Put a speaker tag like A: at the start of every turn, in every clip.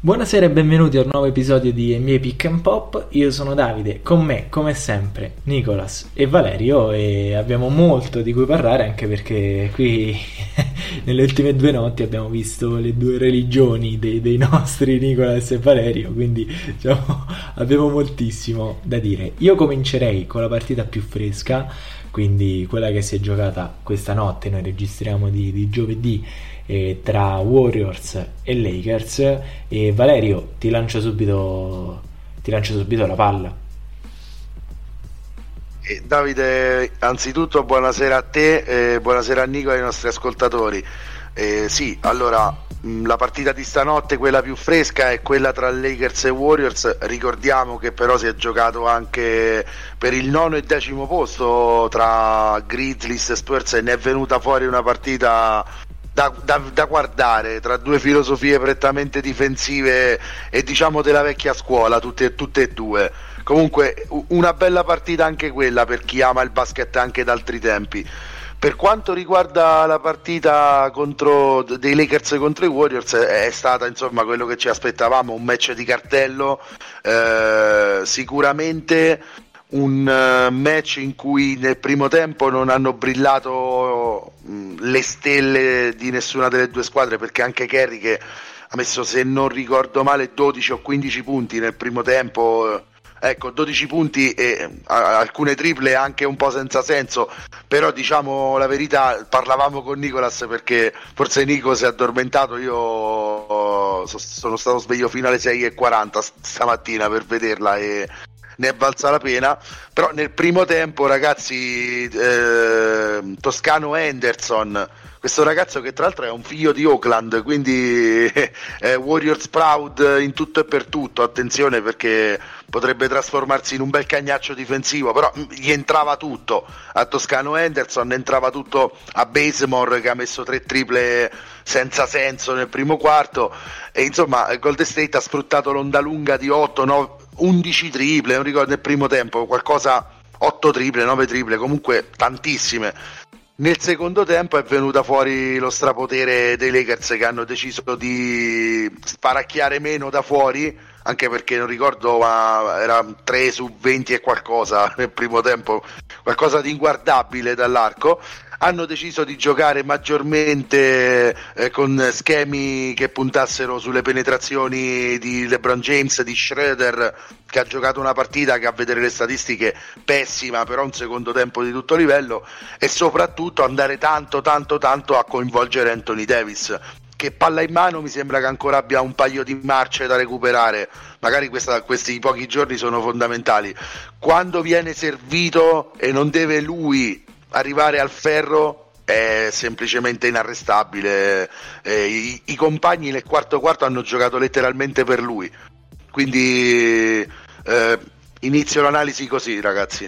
A: Buonasera e benvenuti a un nuovo episodio di NBA Pick and Pop. Io sono Davide, con me, come sempre, Nicolas e Valerio, e abbiamo molto di cui parlare, anche perché qui nelle ultime due notti abbiamo visto le due religioni dei nostri Nicolas e Valerio, quindi diciamo, abbiamo moltissimo da dire. Io comincerei con la partita più fresca, quindi quella che si è giocata questa notte. Noi registriamo di giovedì, tra Warriors e Lakers. E Valerio, ti lancio subito la palla.
B: Davide, anzitutto buonasera a te, buonasera a Nico e ai nostri ascoltatori. Sì, allora, la partita di stanotte, quella più fresca, è quella tra Lakers e Warriors. Ricordiamo che però si è giocato anche per il nono e decimo posto tra Grizzlies e Spurs, e ne è venuta fuori una partita da guardare, tra due filosofie prettamente difensive e diciamo della vecchia scuola, tutte e due. Comunque una bella partita anche quella per chi ama il basket anche da altri tempi. Per quanto riguarda la partita dei Lakers contro i Warriors, è stata insomma quello che ci aspettavamo, un match di cartello, sicuramente un match in cui nel primo tempo non hanno brillato le stelle di nessuna delle due squadre, perché anche Curry, che ha messo, se non ricordo male, 12 o 15 punti nel primo tempo, ecco, 12 punti e alcune triple anche un po' senza senso, però diciamo la verità, parlavamo con Nicolas perché forse Nico si è addormentato, io sono stato sveglio fino alle 6:40 stamattina per vederla e ne è valsa la pena. Però nel primo tempo, ragazzi, Toscano Henderson, questo ragazzo che tra l'altro è un figlio di Oakland, quindi Warriors proud in tutto e per tutto, attenzione, perché potrebbe trasformarsi in un bel cagnaccio difensivo, però gli entrava tutto a Toscano Henderson, entrava tutto a Bazemore, che ha messo 3 triple senza senso nel primo quarto, e insomma Golden State ha sfruttato l'onda lunga di 8, 9, 11 triple, non ricordo, nel primo tempo qualcosa, 8 triple, 9 triple, comunque tantissime. Nel secondo tempo è venuta fuori lo strapotere dei Lakers, che hanno deciso di sparacchiare meno da fuori, anche perché non ricordo, ma era 3 su 20 e qualcosa nel primo tempo, qualcosa di inguardabile dall'arco. Hanno deciso di giocare maggiormente con schemi che puntassero sulle penetrazioni di LeBron James, di Schroeder, che ha giocato una partita che, a vedere le statistiche, pessima, però un secondo tempo di tutto livello, e soprattutto andare tanto a coinvolgere Anthony Davis, che palla in mano mi sembra che ancora abbia un paio di marce da recuperare. Magari questi pochi giorni sono fondamentali. Quando viene servito e non deve lui arrivare al ferro, è semplicemente inarrestabile. I compagni nel quarto hanno giocato letteralmente per lui, quindi inizio l'analisi così, ragazzi.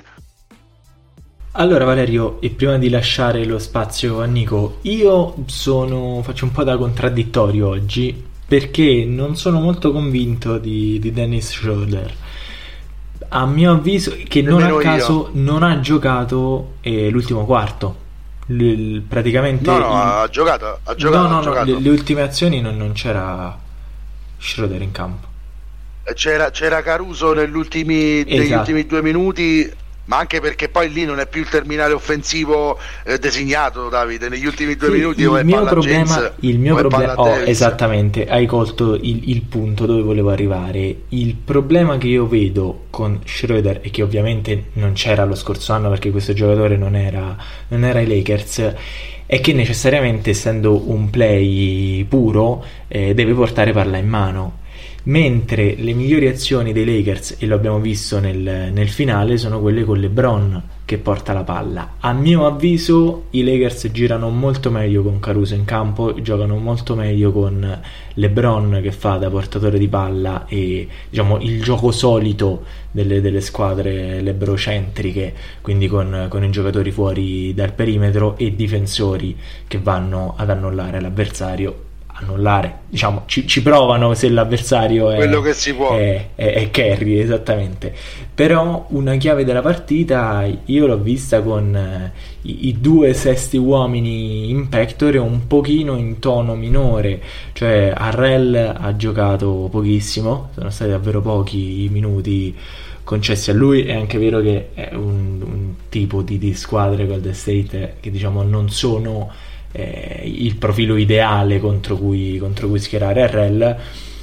A: Allora Valerio, e prima di lasciare lo spazio a Nico, io faccio un po' da contraddittorio oggi, perché non sono molto convinto di Dennis Schroeder. A mio avviso, che non a caso non ha giocato l'ultimo quarto. Praticamente
B: ha giocato.
A: Le ultime azioni non c'era Schroeder in campo.
B: C'era Caruso negli ultimi 2 minuti, ma anche perché poi lì non è più il terminale offensivo designato, Davide. Negli ultimi 2 minuti
A: il mio problema, esattamente, hai colto il punto dove volevo arrivare. Il problema che io vedo con Schroeder, e che ovviamente non c'era lo scorso anno perché questo giocatore non era ai Lakers, è che necessariamente, essendo un play puro, deve portare palla in mano. Mentre le migliori azioni dei Lakers, e lo abbiamo visto nel finale, sono quelle con LeBron che porta la palla. A mio avviso i Lakers girano molto meglio con Caruso in campo, giocano molto meglio con LeBron che fa da portatore di palla, e diciamo il gioco solito delle squadre lebrocentriche, quindi con i giocatori fuori dal perimetro e difensori che vanno ad annullare l'avversario, annullare, diciamo, ci provano se l'avversario
B: quello che si può
A: è Curry, esattamente. Però una chiave della partita io l'ho vista con i due sesti uomini in pectore un pochino in tono minore, cioè Harrell ha giocato pochissimo, sono stati davvero pochi i minuti concessi a lui. È anche vero che è un tipo di squadre Golden State che diciamo non sono il profilo ideale contro cui schierare Harrell.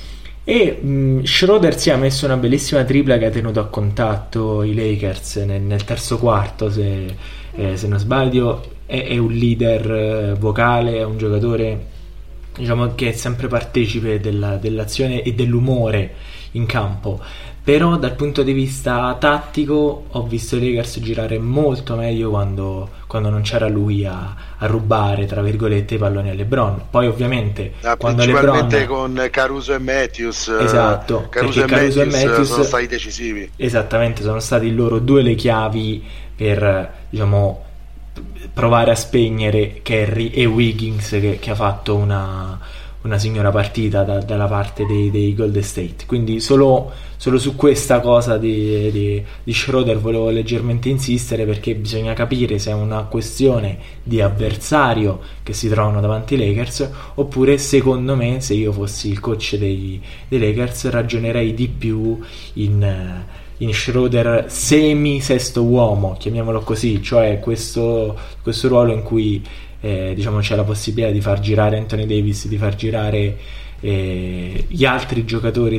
A: E Schroeder si è messo una bellissima tripla che ha tenuto a contatto i Lakers nel terzo quarto, se non sbaglio. È un leader vocale, è un giocatore, diciamo, che è sempre partecipe dell'azione e dell'umore in campo. Però dal punto di vista tattico ho visto i Lakers girare molto meglio quando non c'era lui a rubare, tra virgolette, i palloni a LeBron. Poi ovviamente quando
B: principalmente
A: LeBron...
B: con Caruso e Matthews,
A: esatto,
B: Caruso e Matthews sono stati decisivi,
A: esattamente, sono stati loro due le chiavi per, diciamo, provare a spegnere Curry e Wiggins che ha fatto una signora partita dalla parte dei Golden State. Quindi solo su questa cosa di Schroeder volevo leggermente insistere, perché bisogna capire se è una questione di avversario che si trovano davanti ai Lakers, oppure secondo me, se io fossi il coach dei Lakers, ragionerei di più in Schroeder semi sesto uomo, chiamiamolo così, cioè questo ruolo in cui diciamo c'è la possibilità di far girare Anthony Davis, di far girare gli altri giocatori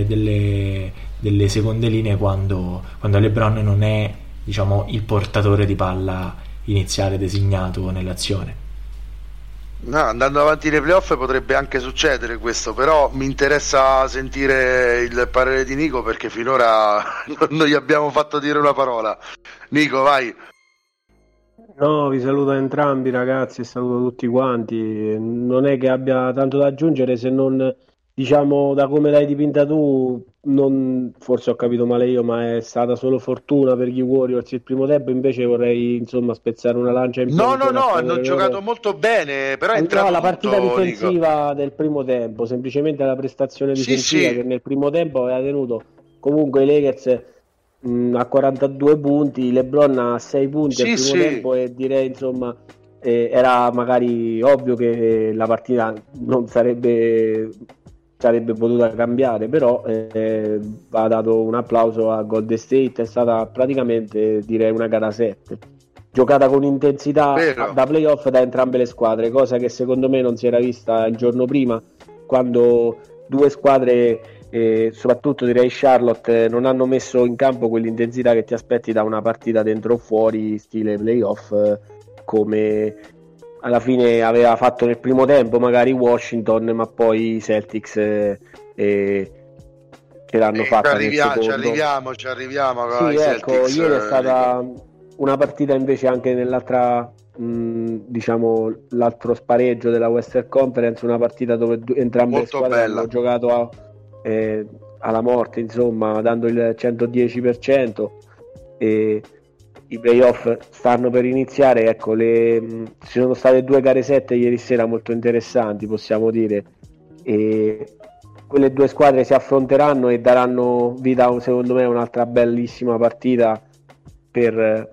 A: delle seconde linee quando LeBron non è, diciamo, il portatore di palla iniziale designato nell'azione.
B: No, andando avanti nei playoff potrebbe anche succedere questo, però mi interessa sentire il parere di Nico, perché finora non gli abbiamo fatto dire una parola. Nico, vai.
C: No, vi saluto entrambi ragazzi e saluto tutti quanti. Non è che abbia tanto da aggiungere, se non, diciamo, da come l'hai dipinta tu, forse ho capito male io, ma è stata solo fortuna per gli Warriors il primo tempo. Invece vorrei, insomma, spezzare una lancia in più.
B: No, hanno giocato molto bene, però è entrato
C: la partita
B: tutto,
C: difensiva
B: Nico,
C: del primo tempo, semplicemente la prestazione difensiva, che nel primo tempo aveva tenuto comunque i Lakers a 42 punti, LeBron a 6 punti al primo tempo, e direi, insomma, era magari ovvio che la partita non sarebbe potuta cambiare, però va dato un applauso a Golden State. È stata praticamente, direi, una gara 7 giocata con intensità da playoff da entrambe le squadre, cosa che secondo me non si era vista il giorno prima, quando due squadre, soprattutto direi Charlotte, non hanno messo in campo quell'intensità che ti aspetti da una partita dentro o fuori stile playoff, come alla fine aveva fatto nel primo tempo magari Washington, ma poi i Celtics ce l'hanno fatta nel secondo.
B: Ci arriviamo
C: sì, ecco,
B: Celtics,
C: ieri è stata una partita invece anche nell'altra, diciamo, l'altro spareggio della Western Conference, una partita dove entrambe le squadre hanno giocato alla morte, insomma, dando il 110%, e i playoff stanno per iniziare. Ecco, ci sono state 2 gare 7 ieri sera molto interessanti, possiamo dire, e quelle due squadre si affronteranno e daranno vita, secondo me, a un'altra bellissima partita per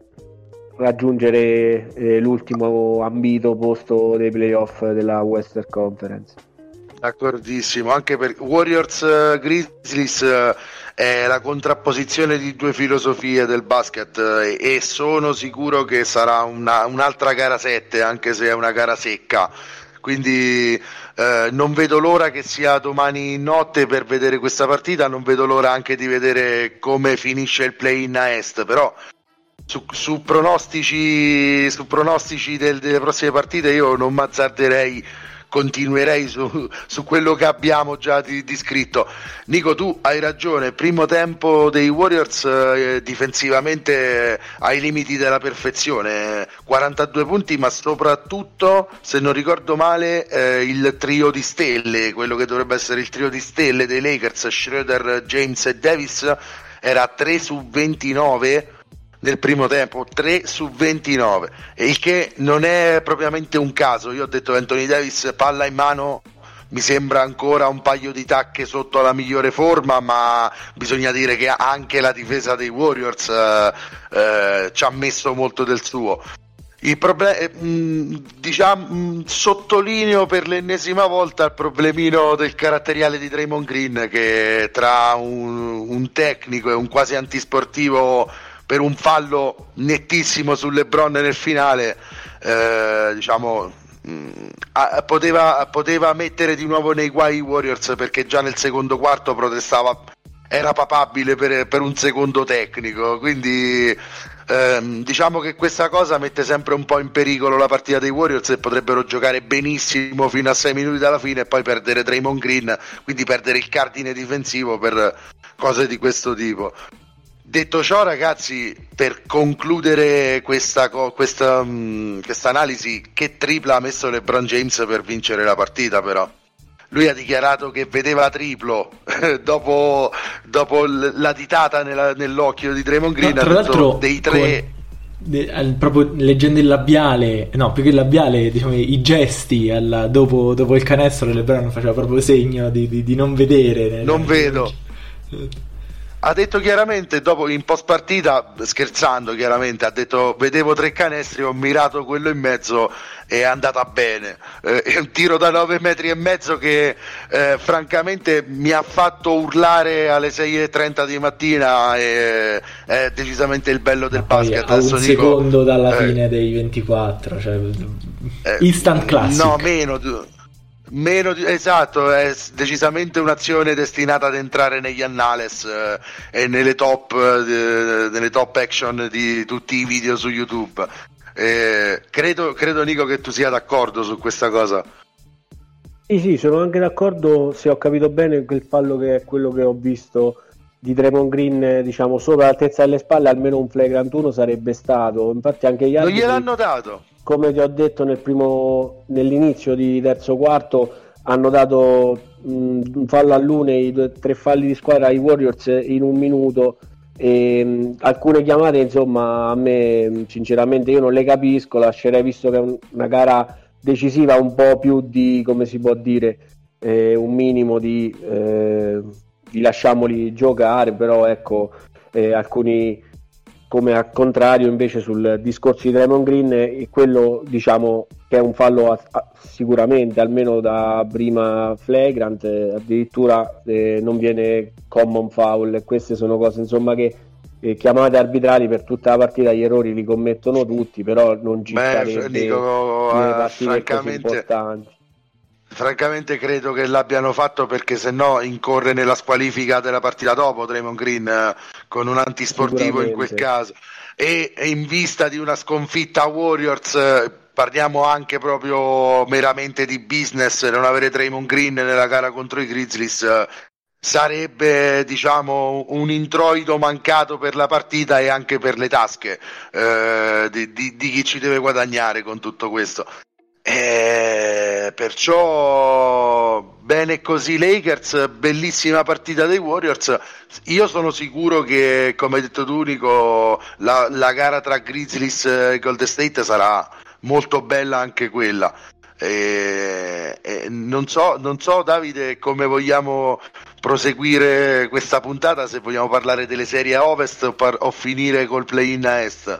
C: raggiungere l'ultimo ambito posto dei playoff della Western Conference.
B: D'accordissimo, anche per Warriors Grizzlies è la contrapposizione di due filosofie del basket, e sono sicuro che sarà un'altra gara 7, anche se è una gara secca, quindi non vedo l'ora che sia domani notte per vedere questa partita. Non vedo l'ora anche di vedere come finisce il play-in a est, però su pronostici delle prossime partite io non m'azzarderei, continuerei su quello che abbiamo già descritto. Nico, tu hai ragione, primo tempo dei Warriors difensivamente ai limiti della perfezione, 42 punti, ma soprattutto, se non ricordo male, il trio di stelle, quello che dovrebbe essere il trio di stelle dei Lakers, Schroeder, James e Davis, era 3 su 29 nel primo tempo, 3 su 29, il che non è propriamente un caso. Io ho detto Anthony Davis, palla in mano mi sembra ancora un paio di tacche sotto la migliore forma, ma bisogna dire che anche la difesa dei Warriors ci ha messo molto del suo. Il problema, diciamo, sottolineo per l'ennesima volta il problemino del caratteriale di Draymond Green, che tra un tecnico e un quasi antisportivo per un fallo nettissimo su LeBron nel finale, diciamo, poteva mettere di nuovo nei guai i Warriors, perché già nel secondo quarto protestava, era papabile per un secondo tecnico, quindi diciamo che questa cosa mette sempre un po' in pericolo la partita dei Warriors, e potrebbero giocare benissimo fino a 6 minuti dalla fine e poi perdere Draymond Green, quindi perdere il cardine difensivo per cose di questo tipo. Detto ciò, ragazzi, per concludere questa analisi, che tripla ha messo LeBron James per vincere la partita? Però lui ha dichiarato che vedeva triplo dopo la ditata nell'occhio di Draymond Green.
A: Tra l'altro, dei tre, proprio leggendo il labiale, no, più che il labiale, diciamo, i gesti dopo il canestro, LeBron faceva proprio segno di non vedere.
B: Non vedo. Ha detto chiaramente, dopo in post partita, scherzando chiaramente, ha detto: vedevo 3 canestri, ho mirato quello in mezzo e è andata bene. È un tiro da 9 metri e mezzo che francamente mi ha fatto urlare alle 6:30 di mattina, e è decisamente il bello del basket.
A: A un secondo dalla fine dei 24, cioè instant classic.
B: No, esatto, è decisamente un'azione destinata ad entrare negli annales e nelle top action di tutti i video su YouTube. Credo Nico che tu sia d'accordo su questa cosa.
C: Sì, sono anche d'accordo, se ho capito bene, quel fallo che è quello che ho visto di Draymond Green, diciamo, sopra l'altezza delle spalle, almeno un flagrant 1 sarebbe stato. Infatti anche gli altri,
B: non gliel'hanno dato.
C: Come ti ho detto nell'inizio di terzo quarto, hanno dato un fallo all'una, i 3 falli di squadra ai Warriors in un minuto, e alcune chiamate, insomma, a me sinceramente io non le capisco. Lascerei, visto che è una gara decisiva, un po' più di, come si può dire, un minimo di lasciamoli giocare, però ecco, alcuni, come al contrario invece sul discorso di Draymond Green, quello diciamo che è un fallo sicuramente, almeno da prima flagrant, addirittura non viene common foul, e queste sono cose, insomma, che chiamate arbitrali per tutta la partita, gli errori li commettono tutti, però non ci sarebbe nelle partite così importanti.
B: Francamente credo che l'abbiano fatto perché sennò incorre nella squalifica della partita dopo Draymond Green, con un antisportivo in quel caso, e in vista di una sconfitta Warriors, parliamo anche proprio meramente di business, non avere Draymond Green nella gara contro i Grizzlies sarebbe, diciamo, un introito mancato per la partita e anche per le tasche di chi ci deve guadagnare con tutto questo. Perciò bene così Lakers, bellissima partita dei Warriors. Io sono sicuro che, come hai detto tu Nico, la gara tra Grizzlies e Golden State sarà molto bella anche quella. Non so Davide come vogliamo proseguire questa puntata, se vogliamo parlare delle serie a Ovest o finire col play-in a Est.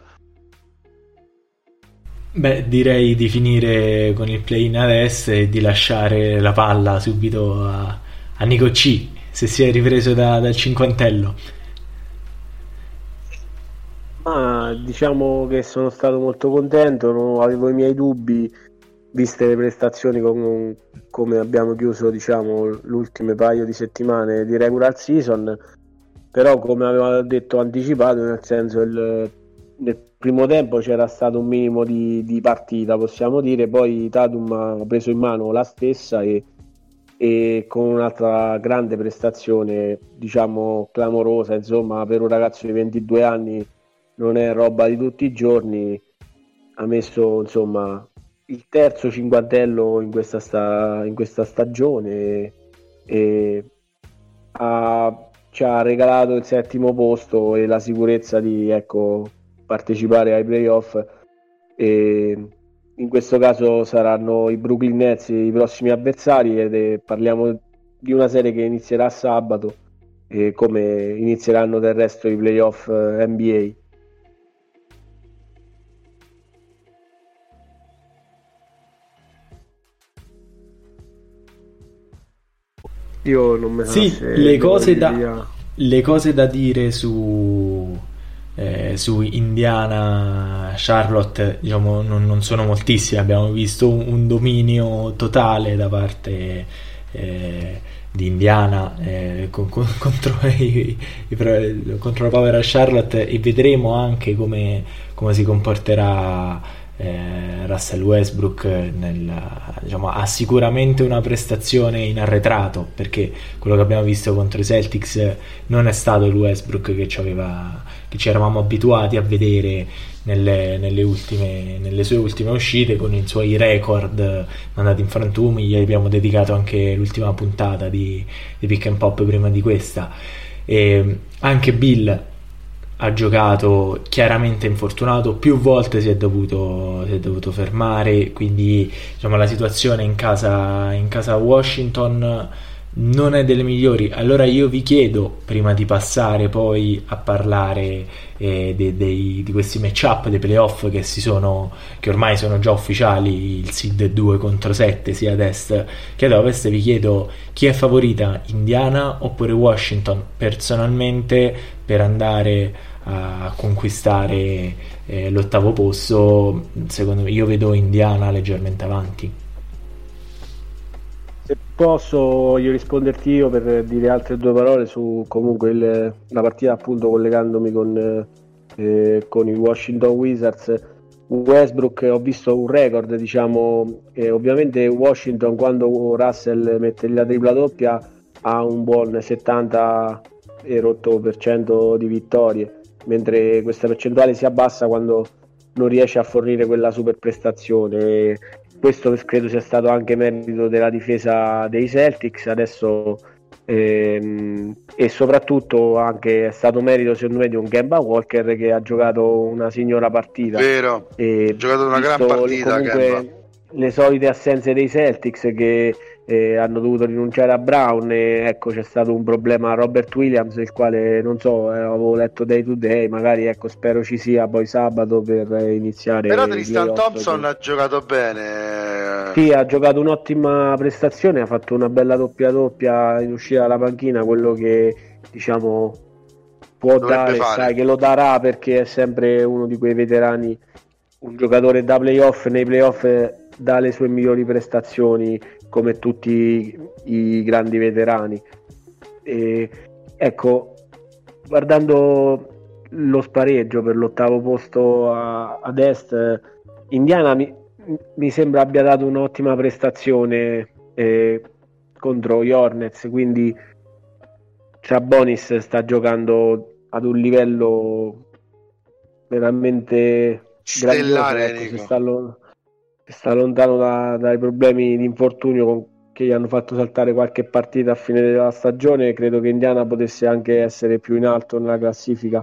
A: Beh, direi di finire con il play-in adesso e di lasciare la palla subito a Nico C, se si è ripreso dal cinquantello.
C: Ma diciamo che sono stato molto contento, non avevo i miei dubbi, viste le prestazioni come abbiamo chiuso, diciamo, l'ultime paio di settimane di regular season, però come avevo detto, anticipato, nel senso, nel primo tempo c'era stato un minimo di partita, possiamo dire, poi Tatum ha preso in mano la stessa e con un'altra grande prestazione, diciamo clamorosa, insomma, per un ragazzo di 22 anni non è roba di tutti i giorni. Ha messo, insomma, il terzo cinquantello in questa stagione e ci ha regalato il 7° posto e la sicurezza di, ecco, partecipare ai playoff, e in questo caso saranno i Brooklyn Nets i prossimi avversari, ed parliamo di una serie che inizierà sabato, e come inizieranno del resto i playoff NBA. Io non me
A: sì, le cose da dire su Indiana Charlotte, diciamo, non sono moltissime. Abbiamo visto un dominio totale da parte di Indiana contro la povera Charlotte, e vedremo anche come si comporterà Russell Westbrook diciamo, ha sicuramente una prestazione in arretrato, perché quello che abbiamo visto contro i Celtics non è stato il Westbrook che ci eravamo abituati a vedere nelle sue ultime uscite, con i suoi record mandati in frantumi. Gli abbiamo dedicato anche l'ultima puntata di Pick and Pop prima di questa. E anche Bill ha giocato chiaramente infortunato, più volte si è dovuto fermare, quindi diciamo, la situazione in casa Washington non è delle migliori. Allora io vi chiedo, prima di passare poi a parlare di questi match-up dei playoff che ormai sono già ufficiali, il seed 2 contro 7 sia ad est che ad ovest, vi chiedo chi è favorita, Indiana oppure Washington? Personalmente, per andare a conquistare l'ottavo posto, secondo me, io vedo Indiana leggermente avanti.
C: Se posso, voglio risponderti io per dire altre due parole su comunque la partita, appunto collegandomi con i Washington Wizards. Westbrook, ho visto un record, diciamo, ovviamente Washington quando Russell mette la tripla doppia ha un buon 70 e rotto per cento di vittorie, mentre questa percentuale si abbassa quando non riesce a fornire quella super prestazione. Questo credo sia stato anche merito della difesa dei Celtics adesso, e soprattutto anche è stato merito secondo me di un Kemba Walker che ha giocato una signora partita.
B: Vero, ha giocato una gran partita Kemba.
C: Le solite assenze dei Celtics che hanno dovuto rinunciare a Brown, e ecco, c'è stato un problema a Robert Williams, il quale non so, avevo letto day to day, magari ecco, spero ci sia poi sabato per iniziare.
B: Però Tristan Thompson ha giocato bene.
C: Sì, ha giocato un'ottima prestazione, ha fatto una bella doppia in uscita dalla panchina, quello che diciamo può dare, sai che lo darà, perché è sempre uno di quei veterani, un giocatore da playoff, nei playoff dà le sue migliori prestazioni come tutti i grandi veterani. E, ecco, guardando lo spareggio per l'ottavo posto ad est, Indiana mi sembra abbia dato un'ottima prestazione contro gli Hornets, quindi Sabonis sta giocando ad un livello veramente
B: stellare,
C: ecco, sta lontano dai problemi di infortunio che gli hanno fatto saltare qualche partita a fine della stagione. Credo che Indiana potesse anche essere più in alto nella classifica,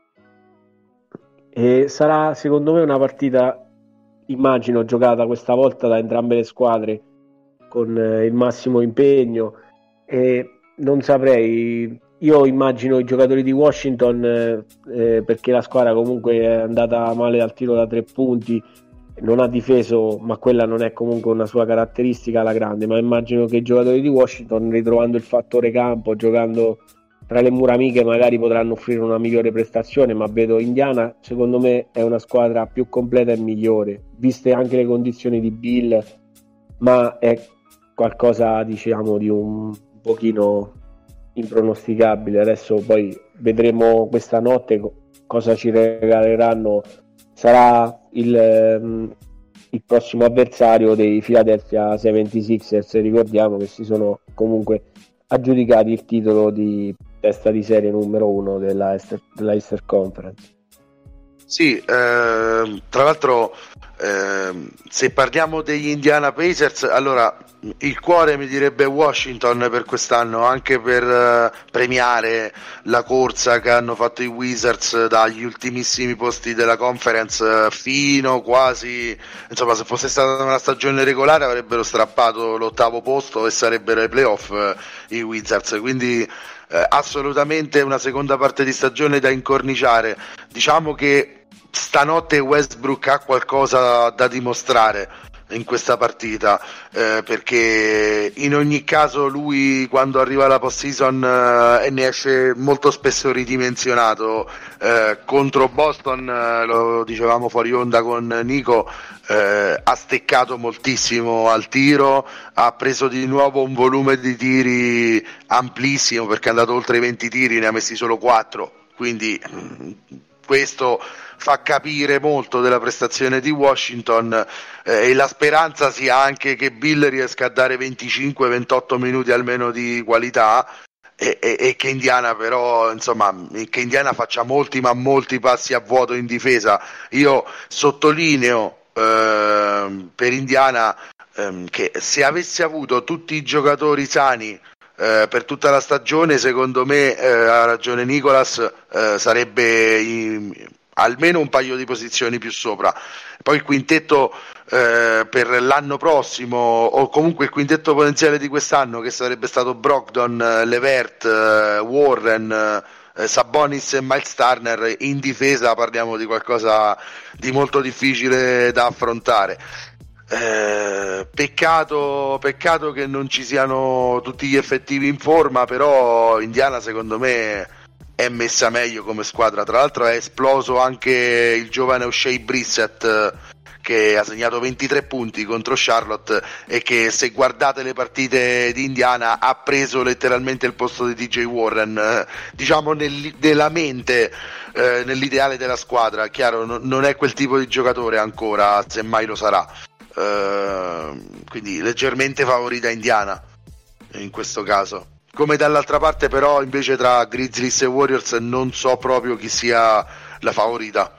C: e sarà secondo me una partita, immagino, giocata questa volta da entrambe le squadre con il massimo impegno, e non saprei, io immagino i giocatori di Washington, perché la squadra comunque è andata male al tiro da 3 punti, non ha difeso, ma quella non è comunque una sua caratteristica alla grande, ma immagino che i giocatori di Washington, ritrovando il fattore campo, giocando tra le mura amiche, magari potranno offrire una migliore prestazione, ma vedo Indiana, secondo me è una squadra più completa e migliore, viste anche le condizioni di Bill, ma è qualcosa, diciamo, di un pochino impronosticabile. Adesso poi vedremo questa notte cosa ci regaleranno. Sarà il prossimo avversario dei Philadelphia 76ers, ricordiamo che si sono comunque aggiudicati il titolo di testa di serie numero 1 della Eastern Conference.
B: Sì, tra l'altro Se parliamo degli Indiana Pacers, allora il cuore mi direbbe Washington per quest'anno, anche per premiare la corsa che hanno fatto i Wizards dagli ultimissimi posti della conference fino quasi, insomma, se fosse stata una stagione regolare avrebbero strappato l'8º posto e sarebbero ai playoff i Wizards, quindi assolutamente una seconda parte di stagione da incorniciare. Diciamo che stanotte Westbrook ha qualcosa da dimostrare in questa partita, perché in ogni caso lui quando arriva alla post-season ne esce molto spesso ridimensionato. Contro Boston, lo dicevamo fuori onda con Nico, ha steccato moltissimo al tiro, ha preso di nuovo un volume di tiri amplissimo, perché è andato oltre i 20 tiri, ne ha messi solo 4, quindi questo fa capire molto della prestazione di Washington, e la speranza sia anche che Bill riesca a dare 25-28 minuti almeno di qualità, e che Indiana però, insomma, che Indiana faccia molti passi a vuoto in difesa. Io sottolineo per Indiana che se avesse avuto tutti i giocatori sani per tutta la stagione, secondo me ha ragione Nicolas, sarebbe almeno un paio di posizioni più sopra. Poi il quintetto per l'anno prossimo, o comunque il quintetto potenziale di quest'anno, che sarebbe stato Brogdon, Levert, Warren, Sabonis e Miles Turner, in difesa parliamo di qualcosa di molto difficile da affrontare. Peccato che non ci siano tutti gli effettivi in forma, però Indiana secondo me è messa meglio come squadra. Tra l'altro è esploso anche il giovane O'Shea Brissett, che ha segnato 23 punti contro Charlotte, e che, se guardate le partite di Indiana, ha preso letteralmente il posto di TJ Warren, diciamo nella mente, nell'ideale della squadra. Chiaro, non è quel tipo di giocatore ancora, semmai lo sarà, quindi leggermente favorita Indiana in questo caso. Come dall'altra parte però invece tra Grizzlies e Warriors non so proprio chi sia la favorita.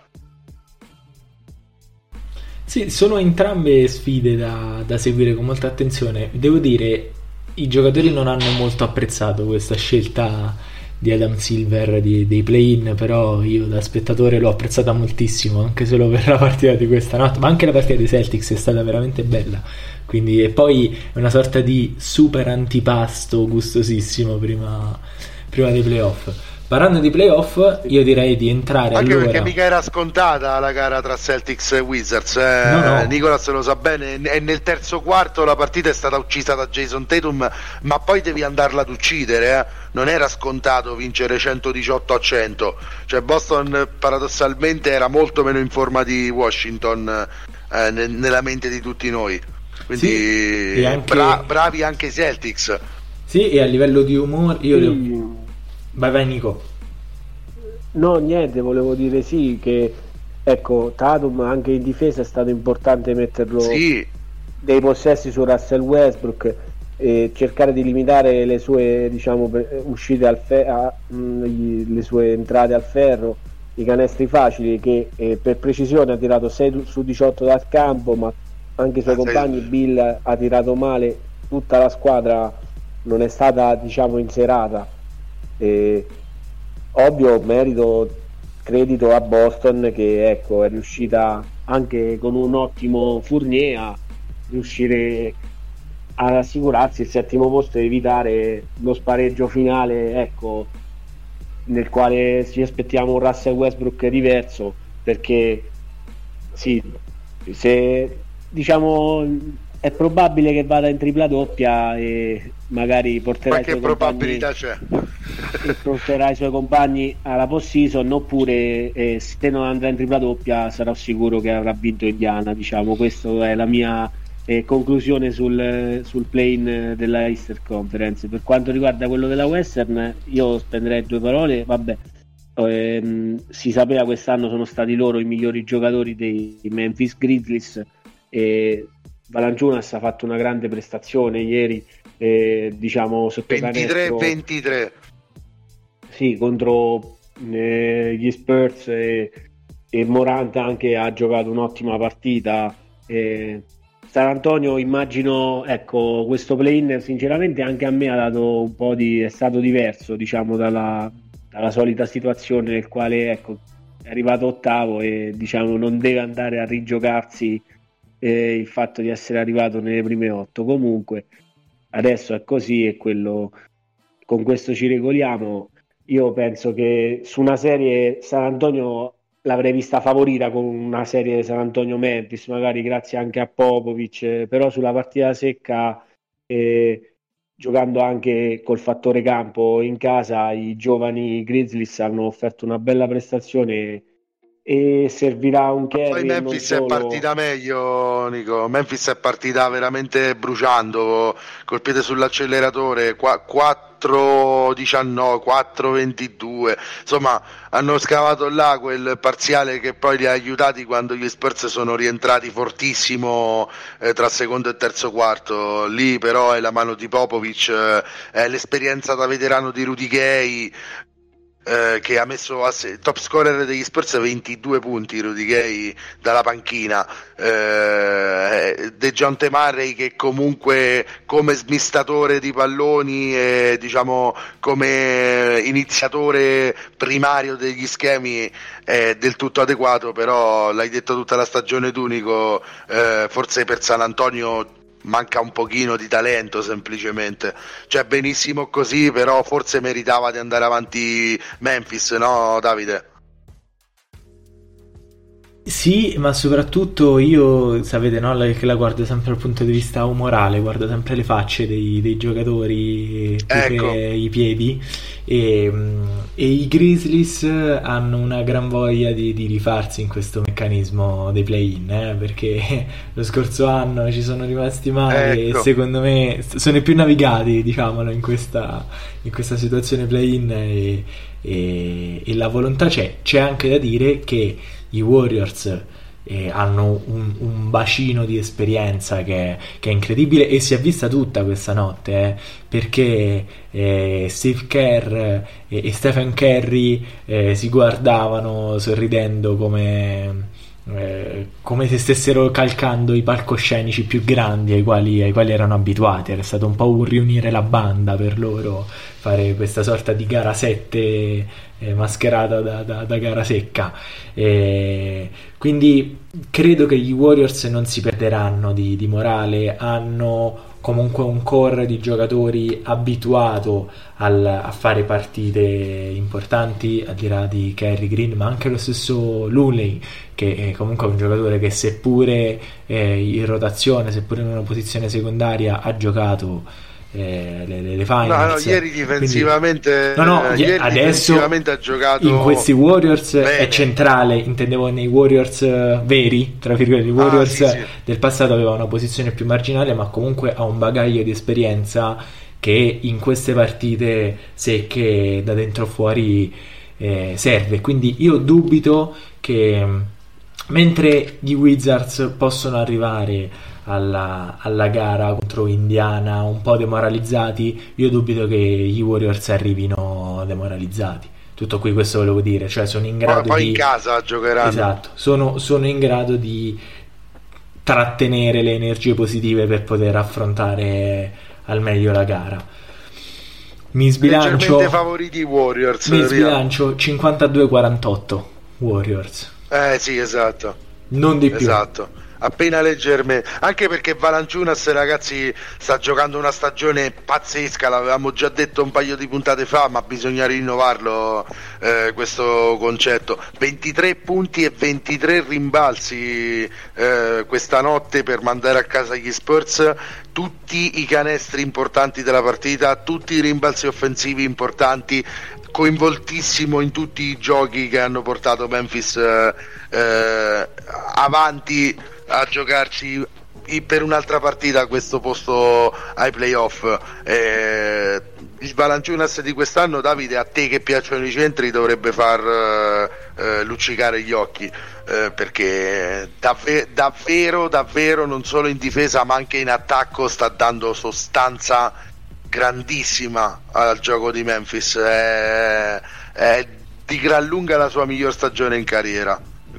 A: Sì, sono entrambe sfide da seguire con molta attenzione. Devo dire, i giocatori non hanno molto apprezzato questa scelta di Adam Silver dei play-in, però io da spettatore l'ho apprezzata moltissimo, anche solo per la partita di questa notte, ma anche la partita dei Celtics è stata veramente bella. Quindi, e poi è una sorta di super antipasto gustosissimo prima dei playoff. Parlando di playoff, io direi di entrare
B: anche
A: allora,
B: perché mica era scontata la gara tra Celtics e Wizards,
A: no.
B: Nicolas lo sa bene, e nel terzo quarto la partita è stata uccisa da Jason Tatum, ma poi devi andarla ad uccidere, non era scontato vincere 118-100, cioè Boston paradossalmente era molto meno in forma di Washington nella mente di tutti noi, quindi
A: sì, anche...
B: bravi anche i Celtics.
A: Sì, e a livello di umore io vai Nico.
C: No, niente, volevo dire sì che ecco, Tatum anche in difesa è stato importante metterlo dei possessi su Russell Westbrook e cercare di limitare le sue, diciamo, uscite le sue entrate al ferro, i canestri facili, che per precisione ha tirato 6 su 18 dal campo, ma anche i suoi compagni. Bill ha tirato male, tutta la squadra non è stata, diciamo, inserata. Ovvio credito a Boston, che ecco è riuscita anche con un ottimo Fournier a riuscire ad assicurarsi il 7° posto e evitare lo spareggio finale, ecco, nel quale ci aspettiamo un Russell Westbrook diverso, perché sì, se diciamo è probabile che vada in tripla doppia e magari porterà i suoi
B: probabilità c'è
C: e porterà i suoi compagni alla post-season, oppure se non andrà in tripla doppia sarò sicuro che avrà vinto Indiana, diciamo. Questa è la mia conclusione sul play-in della Eastern Conference. Per quanto riguarda quello della Western, io spenderei 2 parole. Vabbè, si sapeva quest'anno sono stati loro i migliori giocatori dei Memphis Grizzlies, e Valanciunas ha fatto una grande prestazione ieri, diciamo sotto
B: 23-23
C: sì, contro gli Spurs, e Morant anche ha giocato un'ottima partita. San Antonio, immagino, ecco, questo play-in sinceramente anche a me ha dato un po' è stato diverso, diciamo, dalla solita situazione nel quale, ecco, è arrivato ottavo e, diciamo, non deve andare a rigiocarsi il fatto di essere arrivato nelle prime 8. Comunque adesso è così e con questo ci regoliamo. Io penso che su una serie San Antonio l'avrei vista favorita, con una serie San Antonio-Memphis, magari grazie anche a Popovic, però sulla partita secca, giocando anche col fattore campo in casa, i giovani Grizzlies hanno offerto una bella prestazione e servirà un carry.
B: Poi Memphis è partita meglio, Nico. Memphis è partita veramente bruciando, col piede sull'acceleratore, 4-19, 4-22, insomma hanno scavato là quel parziale che poi li ha aiutati quando gli Spurs sono rientrati fortissimo tra secondo e terzo quarto. Lì però è la mano di Popovic, è l'esperienza da veterano di Rudy Gay, che ha messo top scorer degli Spurs 22 punti Rudy Gay dalla panchina, DeJounte Murray che comunque come smistatore di palloni e diciamo come iniziatore primario degli schemi è del tutto adeguato, però l'hai detto tutta la stagione tu, Nico, forse per San Antonio manca un pochino di talento, semplicemente, cioè benissimo così, però forse meritava di andare avanti Memphis, no Davide?
A: Sì, ma soprattutto io, sapete, no, che la guardo sempre dal punto di vista umorale, guardo sempre le facce dei giocatori,
B: ecco,
A: i piedi, e i Grizzlies hanno una gran voglia di rifarsi in questo meccanismo dei play-in, perché lo scorso anno ci sono rimasti male,
B: ecco,
A: e secondo me sono i più navigati, diciamolo, in questa situazione play-in, e la volontà c'è anche da dire che i Warriors hanno un bacino di esperienza che è incredibile, e si è vista tutta questa notte, perché Steve Kerr e Stephen Curry si guardavano sorridendo come se stessero calcando i palcoscenici più grandi ai quali erano abituati. Era stato un po' un riunire la banda per loro, fare questa sorta di gara 7 mascherata da gara secca, quindi credo che gli Warriors non si perderanno di morale. Hanno comunque un core di giocatori abituato a fare partite importanti, al di là di Kerry, Green, ma anche lo stesso Looney, che è comunque un giocatore che, seppure in rotazione, seppure in una posizione secondaria, ha giocato le finals.
B: No, ieri difensivamente, ieri
A: adesso
B: difensivamente ha giocato
A: in questi Warriors
B: bene.
A: È centrale, intendevo nei Warriors veri, tra virgolette. I Warriors
B: sì.
A: del passato aveva una posizione più marginale, ma comunque ha un bagaglio di esperienza che in queste partite secche da dentro fuori serve. Quindi io dubito che, mentre gli Wizards possono arrivare alla gara contro Indiana un po' demoralizzati, io dubito che gli Warriors arrivino demoralizzati. Tutto qui, questo volevo dire, cioè sono in grado
B: poi in casa giocheranno.
A: Esatto, sono in grado di trattenere le energie positive per poter affrontare al meglio la gara. Mi sbilancio
B: favoriti Warriors.
A: Mi sbilancio 52-48 Warriors.
B: Sì, esatto.
A: Non di più.
B: Esatto. Appena leggermente, anche perché Valanciunas, ragazzi, sta giocando una stagione pazzesca, l'avevamo già detto un paio di puntate fa, ma bisogna rinnovarlo questo concetto. 23 punti e 23 rimbalzi questa notte per mandare a casa gli Spurs, tutti i canestri importanti della partita, tutti i rimbalzi offensivi importanti, coinvoltissimo in tutti i giochi che hanno portato Memphis avanti a giocarci per un'altra partita questo posto ai playoff. Il Valanciunas di quest'anno, Davide, a te che piacciono i centri, dovrebbe far luccicare gli occhi, perché davvero non solo in difesa ma anche in attacco sta dando sostanza grandissima al gioco di Memphis. È di gran lunga la sua miglior stagione in carriera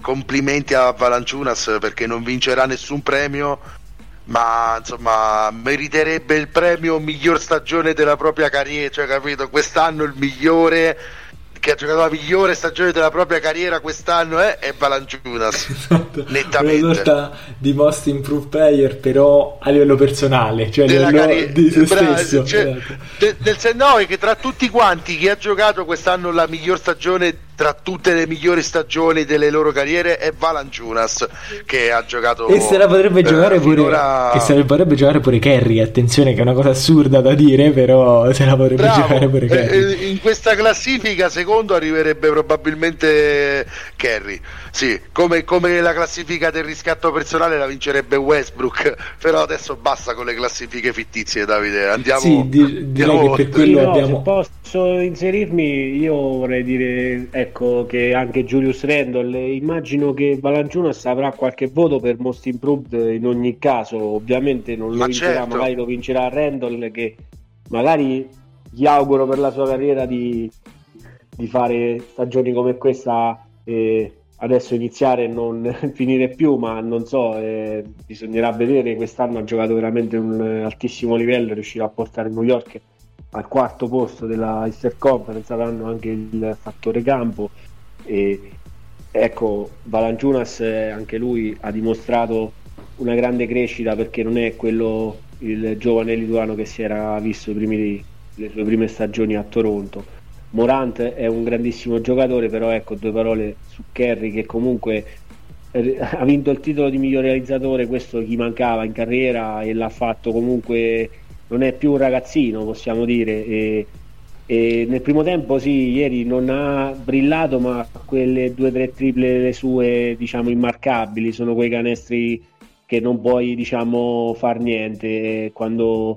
B: complimenti a Valanciunas perché non vincerà nessun premio, ma insomma meriterebbe il premio miglior stagione della propria carriera, cioè, capito? Quest'anno il migliore che ha giocato la migliore stagione della propria carriera quest'anno è Valanciunas.
A: Esatto.
B: Nettamente
A: una sorta di most improved player, però a livello personale, cioè di se stesso,
B: cioè, no, è che tra tutti quanti chi ha giocato quest'anno la miglior stagione tra tutte le migliori stagioni delle loro carriere è Valanciunas, che ha giocato
A: e se la potrebbe giocare pure e se la potrebbe giocare pure Kerry, attenzione che è una cosa assurda da dire, però se la potrebbe giocare pure Kerry.
B: In questa classifica secondo arriverebbe probabilmente Kerry, sì, come la classifica del riscatto personale la vincerebbe Westbrook, però adesso basta con le classifiche fittizie, Davide, andiamo.
A: Sì, direi che per quello abbiamo...
C: Se posso inserirmi, io vorrei dire, ecco, che anche Julius Randle, immagino che Valanciunas avrà qualche voto per most improved in ogni caso, ovviamente non lo vincerà, certo. Magari lo vincerà Randle, che magari gli auguro per la sua carriera di fare stagioni come questa, adesso iniziare e non finire più, ma non so, bisognerà vedere. Quest'anno ha giocato veramente un altissimo livello, riuscirà a portare New York al quarto posto della Eastern Conference, avranno anche il fattore campo, e ecco, Valanciunas anche lui ha dimostrato una grande crescita, perché non è quello il giovane lituano che si era visto le sue prime stagioni a Toronto. Morant è un grandissimo giocatore, però ecco, due parole su Kerry, che comunque ha vinto il titolo di miglior realizzatore, questo gli mancava in carriera e l'ha fatto comunque. Non è più un ragazzino, possiamo dire, e nel primo tempo sì, ieri non ha brillato, ma quelle 2-3 triple le sue, diciamo, immarcabili, sono quei canestri che non puoi, diciamo, far niente quando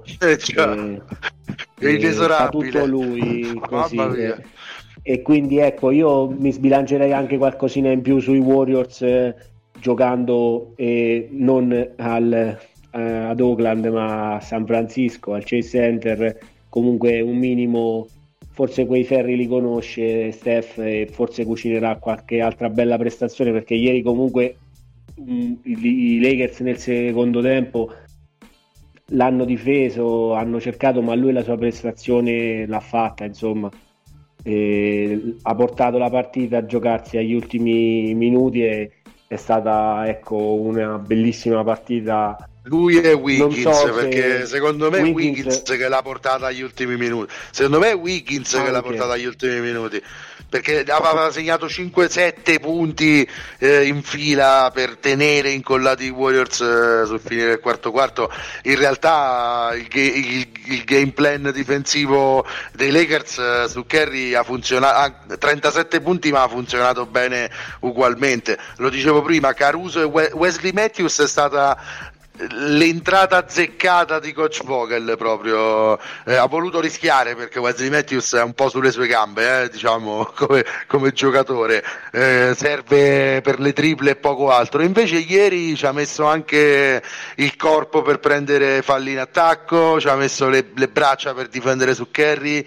C: fa tutto lui così, e quindi ecco, io mi sbilancerei anche qualcosina in più sui Warriors, giocando non ad Oakland ma a San Francisco, al Chase Center. Comunque un minimo, forse quei ferri li conosce Steph, e forse cucinerà qualche altra bella prestazione, perché ieri comunque i Lakers nel secondo tempo l'hanno difeso, hanno cercato, ma lui la sua prestazione l'ha fatta, insomma, ha portato la partita a giocarsi agli ultimi minuti, e è stata, ecco, una bellissima partita.
B: Lui è Wiggins, perché secondo me è Wiggins che l'ha portata agli ultimi minuti. Secondo me è Wiggins che l'ha portata agli ultimi minuti, perché aveva segnato 5-7 punti in fila per tenere incollati i Warriors sul finire del quarto quarto. In realtà il game plan difensivo dei Lakers su Kerry ha funzionato, 37 punti, ma ha funzionato bene ugualmente. Lo dicevo prima, Caruso e Wesley Matthews è stata l'entrata azzeccata di coach Vogel, proprio ha voluto rischiare, perché Wesley Matthews è un po' sulle sue gambe, diciamo, come giocatore, serve per le triple e poco altro. Invece ieri ci ha messo anche il corpo per prendere falli in attacco, ci ha messo le braccia per difendere su Kerry,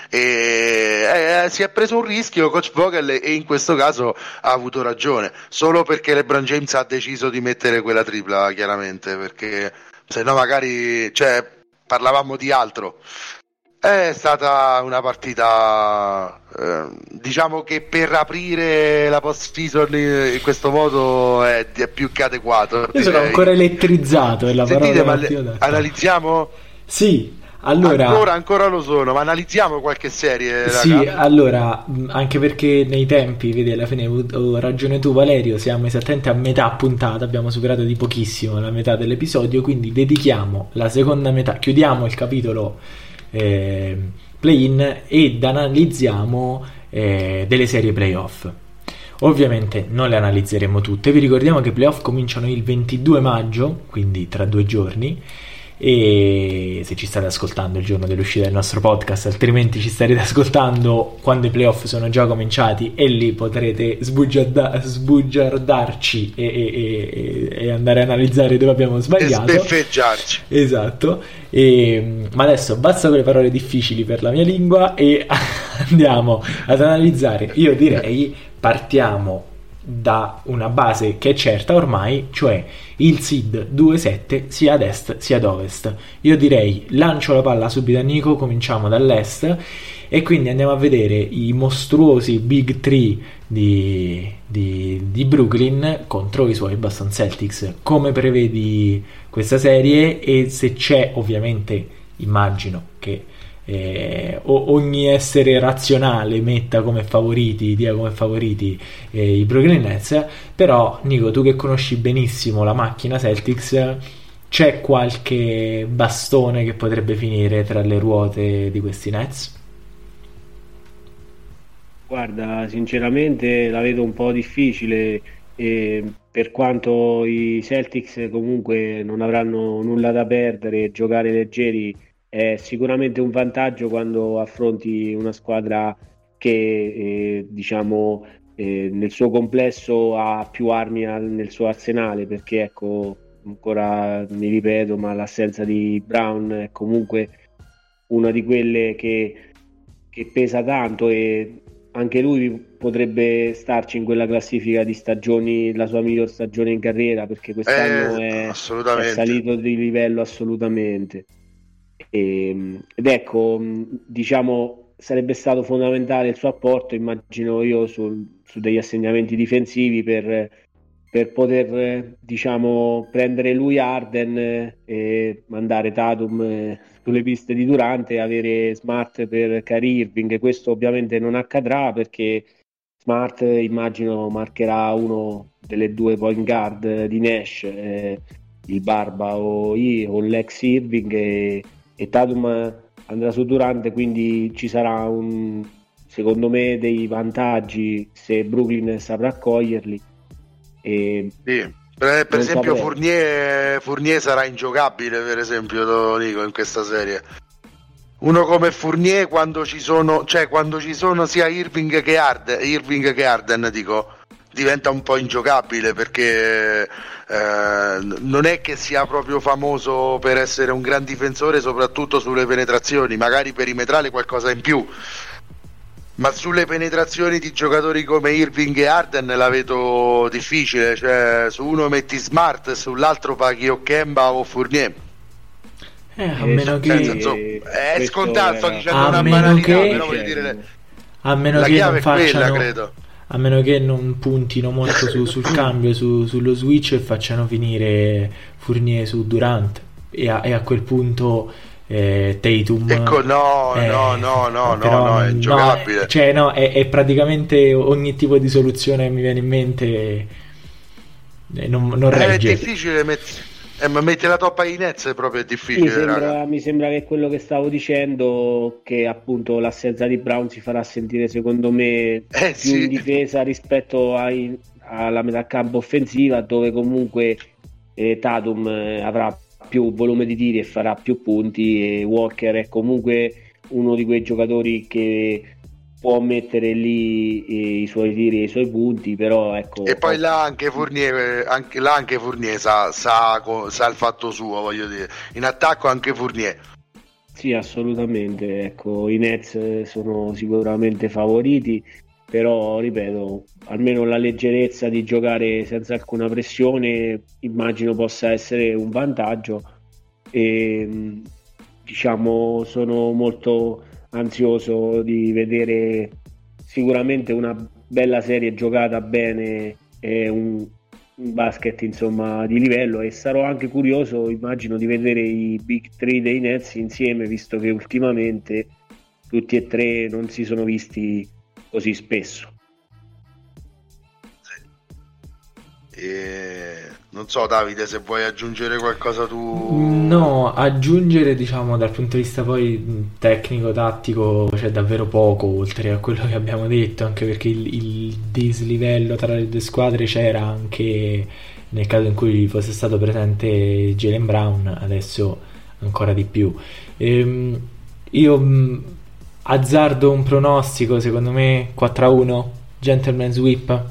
B: e si è preso un rischio coach Vogel, e in questo caso ha avuto ragione, solo perché LeBron James ha deciso di mettere quella tripla, chiaramente, perché se no magari, cioè, parlavamo di altro. È stata una partita, diciamo che per aprire la post-season in questo modo è più che adeguato.
A: Io sono ancora elettrizzato, è la
B: Sentite, ma analizziamo?
A: Sì. Allora,
B: ancora lo sono, ma analizziamo qualche serie, raga.
A: Sì, allora, anche perché nei tempi, vedi, alla fine hai ragione tu, Valerio, siamo esattamente a metà puntata, abbiamo superato di pochissimo la metà dell'episodio, quindi dedichiamo la seconda metà, chiudiamo il capitolo play-in ed analizziamo delle serie playoff. Ovviamente non le analizzeremo tutte, vi ricordiamo che i playoff cominciano il 22 maggio, quindi tra 2 giorni, e se ci state ascoltando il giorno dell'uscita del nostro podcast, altrimenti ci starete ascoltando quando i playoff sono già cominciati, e lì potrete sbugiardarci e andare a analizzare dove abbiamo sbagliato
B: e sbeffeggiarci.
A: Esatto. Ma adesso basta con le parole difficili per la mia lingua e andiamo ad analizzare. Io direi partiamo da una base che è certa ormai, cioè il seed 2-7 sia ad est sia ad ovest. Io direi lancio la palla subito a Nico, cominciamo dall'est e quindi andiamo a vedere i mostruosi Big 3 di Brooklyn contro i suoi Boston Celtics. Come prevedi questa serie? E se c'è, ovviamente immagino che ogni essere razionale metta come favoriti, dia come favoriti i Brooklyn Nets, però Nico, tu che conosci benissimo la macchina Celtics, c'è qualche bastone che potrebbe finire tra le ruote di questi Nets?
C: Guarda, sinceramente la vedo un po' difficile, per quanto i Celtics comunque non avranno nulla da perdere, giocare leggeri è sicuramente un vantaggio quando affronti una squadra che diciamo nel suo complesso ha più armi nel suo arsenale, perché ecco, ancora mi ripeto, ma l'assenza di Brown è comunque una di quelle che pesa tanto, e anche lui potrebbe starci in quella classifica di stagioni, la sua miglior stagione in carriera, perché quest'anno è salito di livello assolutamente. Ed ecco, diciamo, sarebbe stato fondamentale il suo apporto, immagino io, su degli assegnamenti difensivi per poter diciamo prendere lui Harden e mandare Tatum sulle piste di Durant e avere Smart per Kyrie Irving. Questo ovviamente non accadrà, perché Smart immagino marcherà uno delle due point guard di Nash, il Barba o l'ex Irving, e Tatum andrà su Durant, quindi ci sarà secondo me dei vantaggi se Brooklyn saprà accoglierli.
B: Sì. Per esempio Fournier sarà ingiocabile, per esempio, lo dico, in questa serie. Uno come Fournier quando ci sono sia Irving che Harden, dico, diventa un po' ingiocabile, perché non è che sia proprio famoso per essere un gran difensore, soprattutto sulle penetrazioni, magari perimetrale qualcosa in più, ma sulle penetrazioni di giocatori come Irving e Harden la vedo difficile. Cioè, su uno metti Smart, sull'altro paghi o Kemba o Fournier.
A: A meno che
B: è scontato, sto dicendo una banalità, però voglio dire,
A: a meno
B: la
A: che
B: chiave
A: non facciano,
B: quella, credo.
A: A meno che non puntino molto sul cambio, sullo switch, e facciano finire Fournier su Durant, e a quel punto Tatum,
B: ecco, no, è ingiocabile.
A: Cioè, no, è praticamente ogni tipo di soluzione che mi viene in mente non regge.
B: È difficile ma mettere la toppa ai Nets proprio è difficile.
C: Mi sembra che quello che stavo dicendo, che appunto l'assenza di Brown si farà sentire secondo me più in difesa rispetto alla metà campo offensiva, dove comunque Tatum avrà più volume di tiri e farà più punti, e Walker è comunque uno di quei giocatori che può mettere lì i suoi tiri e i suoi punti, però ecco.
B: E poi là anche Fournier sa il fatto suo, voglio dire, in attacco anche Fournier.
C: Sì, assolutamente, ecco, i Nets sono sicuramente favoriti, però ripeto, almeno la leggerezza di giocare senza alcuna pressione immagino possa essere un vantaggio, e diciamo sono molto ansioso di vedere sicuramente una bella serie giocata bene e un basket insomma di livello, e sarò anche curioso, immagino, di vedere i Big 3 dei Nets insieme, visto che ultimamente tutti e tre non si sono visti così spesso.
B: Non so, Davide, se vuoi aggiungere qualcosa tu.
A: No, aggiungere, diciamo, dal punto di vista poi tecnico, tattico, c'è davvero poco oltre a quello che abbiamo detto, anche perché il dislivello tra le due squadre c'era anche nel caso in cui fosse stato presente Jaylen Brown, adesso ancora di più. Io azzardo un pronostico, secondo me 4-1, gentleman sweep.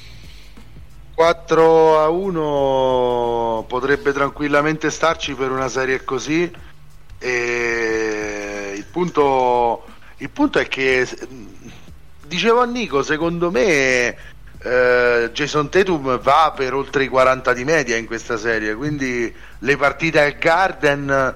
B: 4-1 potrebbe tranquillamente starci per una serie così, e il punto è che, dicevo a Nico, secondo me Jason Tatum va per oltre i 40 di media in questa serie, quindi le partite al Garden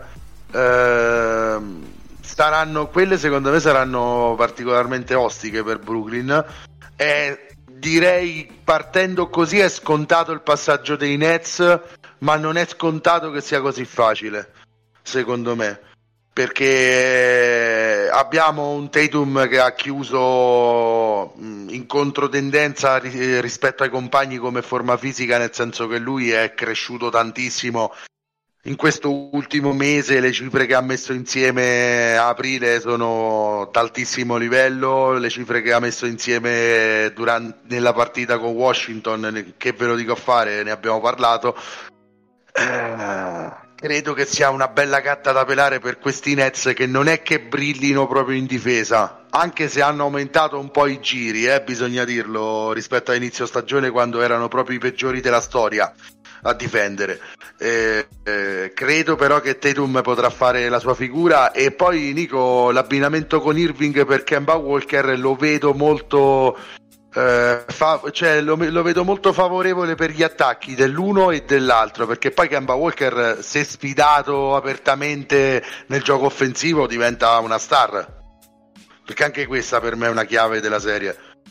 B: saranno quelle, secondo me saranno particolarmente ostiche per Brooklyn, e direi, partendo così, è scontato il passaggio dei Nets, ma non è scontato che sia così facile, secondo me, perché abbiamo un Tatum che ha chiuso in controtendenza rispetto ai compagni come forma fisica, nel senso che lui è cresciuto tantissimo in questo ultimo mese. Le cifre che ha messo insieme a aprile sono d'altissimo livello, le cifre che ha messo insieme nella partita con Washington, che ve lo dico a fare, ne abbiamo parlato. Credo che sia una bella gatta da pelare per questi Nets, che non è che brillino proprio in difesa, anche se hanno aumentato un po' i giri, bisogna dirlo, rispetto a inizio stagione, quando erano proprio i peggiori della storia a difendere. Credo però che Tatum potrà fare la sua figura, e poi Nico, l'abbinamento con Irving per Kemba Walker lo vedo molto lo vedo molto favorevole per gli attacchi dell'uno e dell'altro, perché poi Kemba Walker, se sfidato apertamente nel gioco offensivo, diventa una star, perché anche questa per me è una chiave della serie.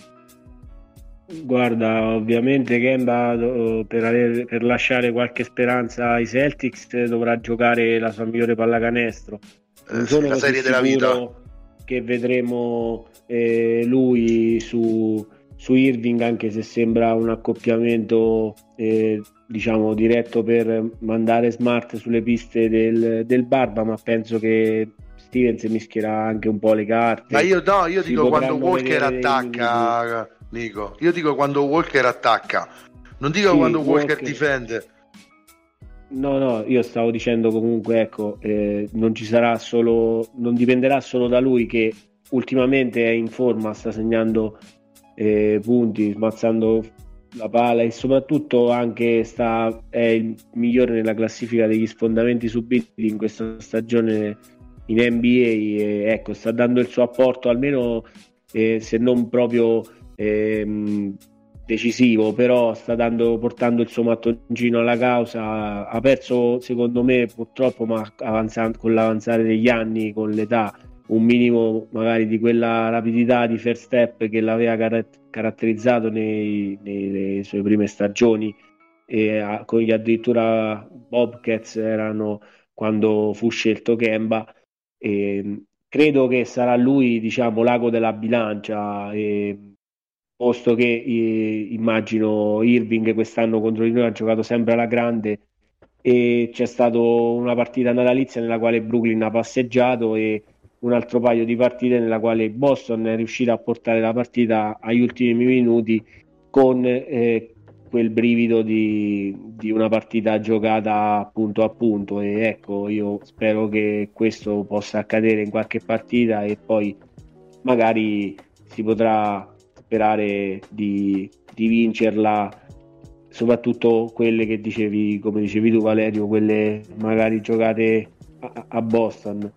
C: Guarda, ovviamente Kemba per lasciare qualche speranza ai Celtics dovrà giocare la sua migliore pallacanestro. Non sono
B: la serie della vita
C: che vedremo lui su Irving, anche se sembra un accoppiamento diciamo diretto per mandare Smart sulle piste del Barba, ma penso che Stevens mischierà anche un po' le carte.
B: Ma io dico quando Walker attacca, Nico, io dico quando Walker attacca, non dico quando Walker difende.
C: No, io stavo dicendo comunque, ecco, non dipenderà solo da lui, che ultimamente è in forma, sta segnando punti, smazzando la palla, e soprattutto anche è il migliore nella classifica degli sfondamenti subiti in questa stagione in NBA, e ecco, sta dando il suo apporto, almeno se non proprio decisivo, però sta portando il suo mattoncino alla causa. Ha perso, secondo me, purtroppo, ma con l'avanzare degli anni, con l'età, un minimo magari di quella rapidità di first step che l'aveva caratterizzato nelle sue prime stagioni, e con gli addirittura Bobcats erano quando fu scelto Kemba. Credo che sarà lui, diciamo, l'ago della bilancia, posto che immagino Irving quest'anno contro di noi ha giocato sempre alla grande, e c'è stata una partita natalizia nella quale Brooklyn ha passeggiato, e un altro paio di partite nella quale Boston è riuscita a portare la partita agli ultimi minuti, con quel brivido di una partita giocata punto a punto. E ecco, io spero che questo possa accadere in qualche partita, e poi magari si potrà sperare di vincerla, soprattutto quelle che dicevi, come dicevi tu Valerio, quelle magari giocate a Boston.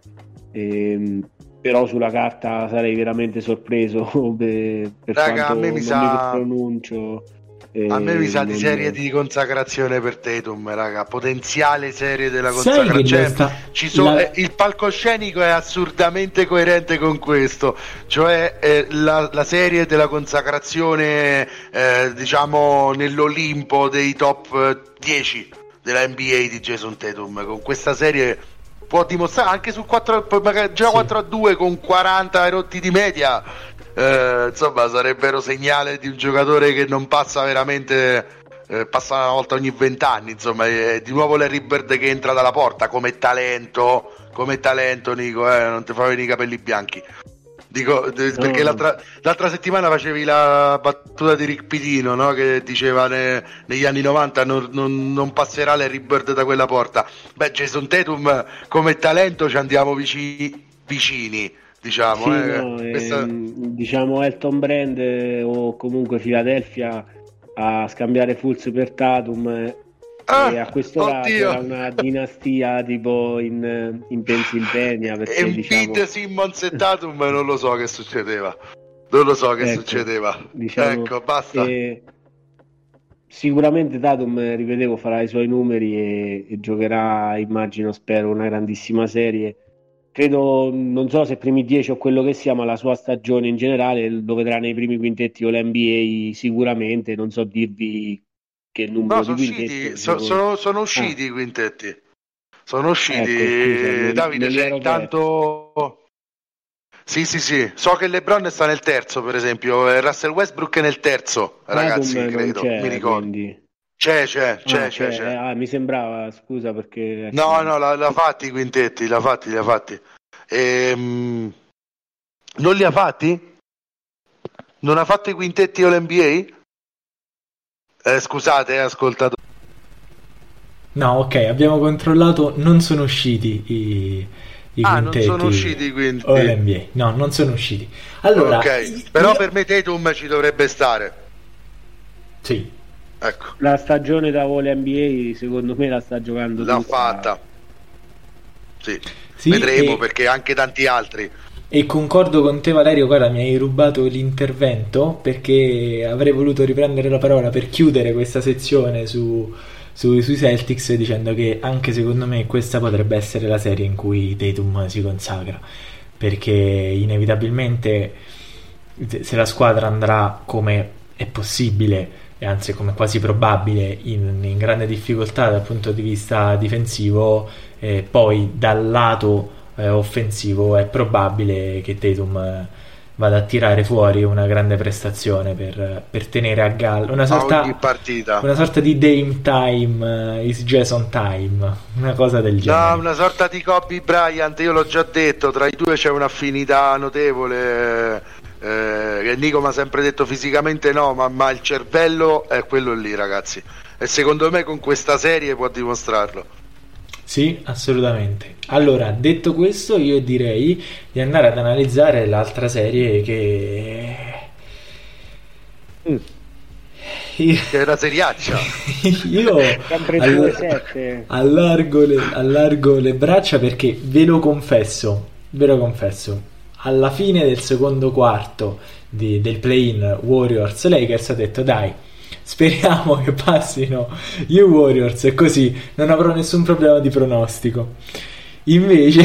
C: Però sulla carta sarei veramente sorpreso per
B: Raga,
C: quanto
B: a me
C: non mi pronuncio.
B: A me mi sa di serie di consacrazione per Tatum, raga, potenziale serie della consacrazione. Il palcoscenico è assurdamente coerente con questo, cioè la serie della consacrazione, diciamo nell'Olimpo dei top 10 della NBA di Jason Tatum. Con questa serie può dimostrare anche su 4, magari già 4-2 con 40 rotti di media. Insomma, sarebbero segnale di un giocatore che non passa veramente, passa una volta ogni 20 anni. Insomma, è di nuovo Larry Bird che entra dalla porta come talento, Nico, non ti fa venire i capelli bianchi. Dico, perché l'altra settimana facevi la battuta di Rick Pitino, no? Che diceva negli anni 90 non passerà Larry Bird da quella porta. Beh, Jason Tatum come talento ci andiamo vicini, diciamo.
C: Diciamo Elton Brand o comunque Philadelphia a scambiare Fultz per Tatum, e a questo caso era una dinastia tipo in Pennsylvania, perché
B: Embiid, Simmons e Tatum non lo so che succedeva. Non lo so che succedeva.
C: Diciamo,
B: ecco, basta.
C: Sicuramente Tatum, ripetevo, farà i suoi numeri e giocherà, immagino, spero, una grandissima serie. Credo, non so se primi 10 o quello che sia, ma la sua stagione in generale lo vedrà nei primi quintetti o l'NBA sicuramente. Non so dirvi che numero di quintetti.
B: Sono usciti i quintetti. Sono usciti. Ecco, Davide, c'è intanto... Sì, so che LeBron sta nel terzo, per esempio, Russell Westbrook è nel terzo, ragazzi, credo, mi ricordo. Quindi... C'è.
C: mi sembrava, scusa, perché...
B: No, l'ha fatti i quintetti, li ha fatti. Non li ha fatti? Non ha fatto i quintetti o l'NBA? Scusate, ascoltato.
A: No, ok, abbiamo controllato, non sono usciti i quintetti,
B: non sono usciti quindi
A: o l'NBA. No, non sono usciti. Allora,
B: però per me Tatum ci dovrebbe stare.
A: Sì.
B: Ecco.
C: La stagione da vole NBA secondo me la sta giocando
B: l'ha fatta. Sì, vedremo, perché anche tanti altri.
A: E concordo con te, Valerio. Guarda, mi hai rubato l'intervento, perché avrei voluto riprendere la parola per chiudere questa sezione sui Celtics, dicendo che anche secondo me questa potrebbe essere la serie in cui Tatum si consacra, perché inevitabilmente, se la squadra andrà come è possibile, e anzi come quasi probabile, in grande difficoltà dal punto di vista difensivo, poi dal lato offensivo è probabile che Tatum vada a tirare fuori una grande prestazione per tenere a galla una sorta di Dame time, is Jason time, una cosa del genere.
B: No, una sorta di Kobe Bryant, io l'ho già detto, tra i due c'è un'affinità notevole, che Nico mi ha sempre detto fisicamente no, ma il cervello è quello lì, ragazzi, e secondo me con questa serie può dimostrarlo.
A: Sì, assolutamente. Allora, detto questo, io direi di andare ad analizzare l'altra serie che
B: è una seriaccia.
A: Io allargo le braccia, perché ve lo confesso, alla fine del secondo quarto del play-in Warriors-Lakers ho detto dai, speriamo che passino gli Warriors e così non avrò nessun problema di pronostico. Invece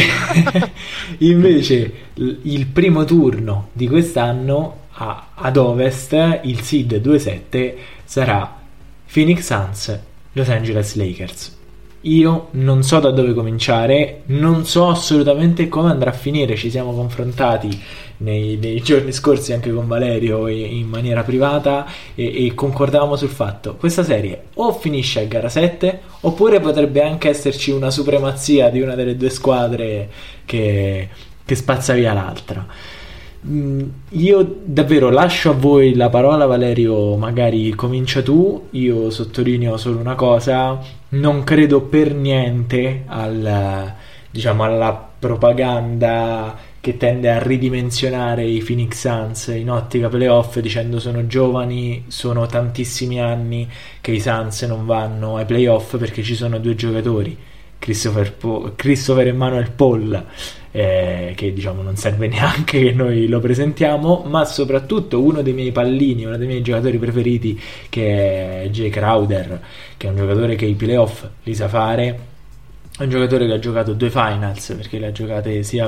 A: il primo turno di quest'anno ad Ovest, il seed 2-7 sarà Phoenix Suns, Los Angeles Lakers. Io non so da dove cominciare, non so assolutamente come andrà a finire. Ci siamo confrontati nei giorni scorsi anche con Valerio in maniera privata e concordavamo sul fatto: questa serie o finisce a gara 7 oppure potrebbe anche esserci una supremazia di una delle due squadre che spazza via l'altra. Io davvero lascio a voi la parola, Valerio, magari comincia tu. Io sottolineo solo una cosa: non credo per niente alla propaganda che tende a ridimensionare i Phoenix Suns in ottica playoff, dicendo sono giovani, sono tantissimi anni che i Suns non vanno ai playoff perché ci sono due giocatori, Christopher Emmanuel Paul, che diciamo non serve neanche che noi lo presentiamo, ma soprattutto uno dei miei pallini, uno dei miei giocatori preferiti, che è Jay Crowder, che è un giocatore che i playoff li sa fare, è un giocatore che ha giocato 2 finals, perché le ha giocate sia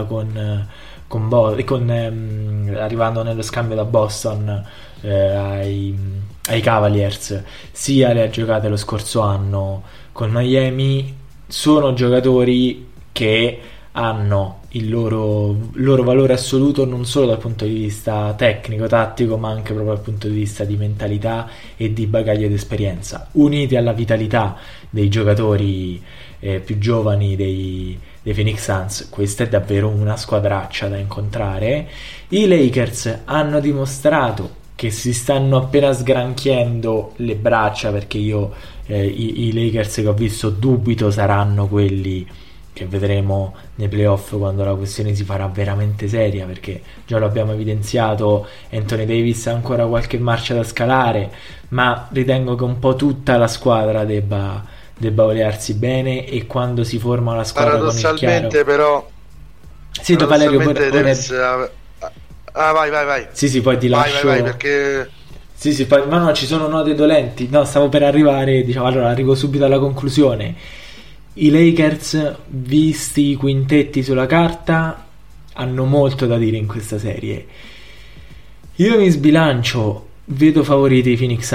A: arrivando nello scambio da Boston ai Cavaliers, sia le ha giocate lo scorso anno con Miami. Sono giocatori che hanno il loro valore assoluto non solo dal punto di vista tecnico, tattico, ma anche proprio dal punto di vista di mentalità e di bagaglio di esperienza, uniti alla vitalità dei giocatori più giovani dei Phoenix Suns. Questa è davvero una squadraccia da incontrare. I Lakers hanno dimostrato che si stanno appena sgranchiando le braccia, perché io i Lakers che ho visto dubito saranno quelli che vedremo nei playoff quando la questione si farà veramente seria, perché già lo abbiamo evidenziato, Anthony Davis ha ancora qualche marcia da scalare, ma ritengo che un po' tutta la squadra debba olearsi bene, e quando si forma la squadra
B: paradossalmente con il chiaro...
A: però sì, Valerio,
B: Davis Vai.
A: Sì, poi ti lascio.
B: Vai, perché...
A: Sì, poi... Ma no, ci sono note dolenti. No, stavo per arrivare, diciamo, allora arrivo subito alla conclusione. I Lakers, visti i quintetti sulla carta, hanno molto da dire in questa serie. Io mi sbilancio, vedo favoriti i Phoenix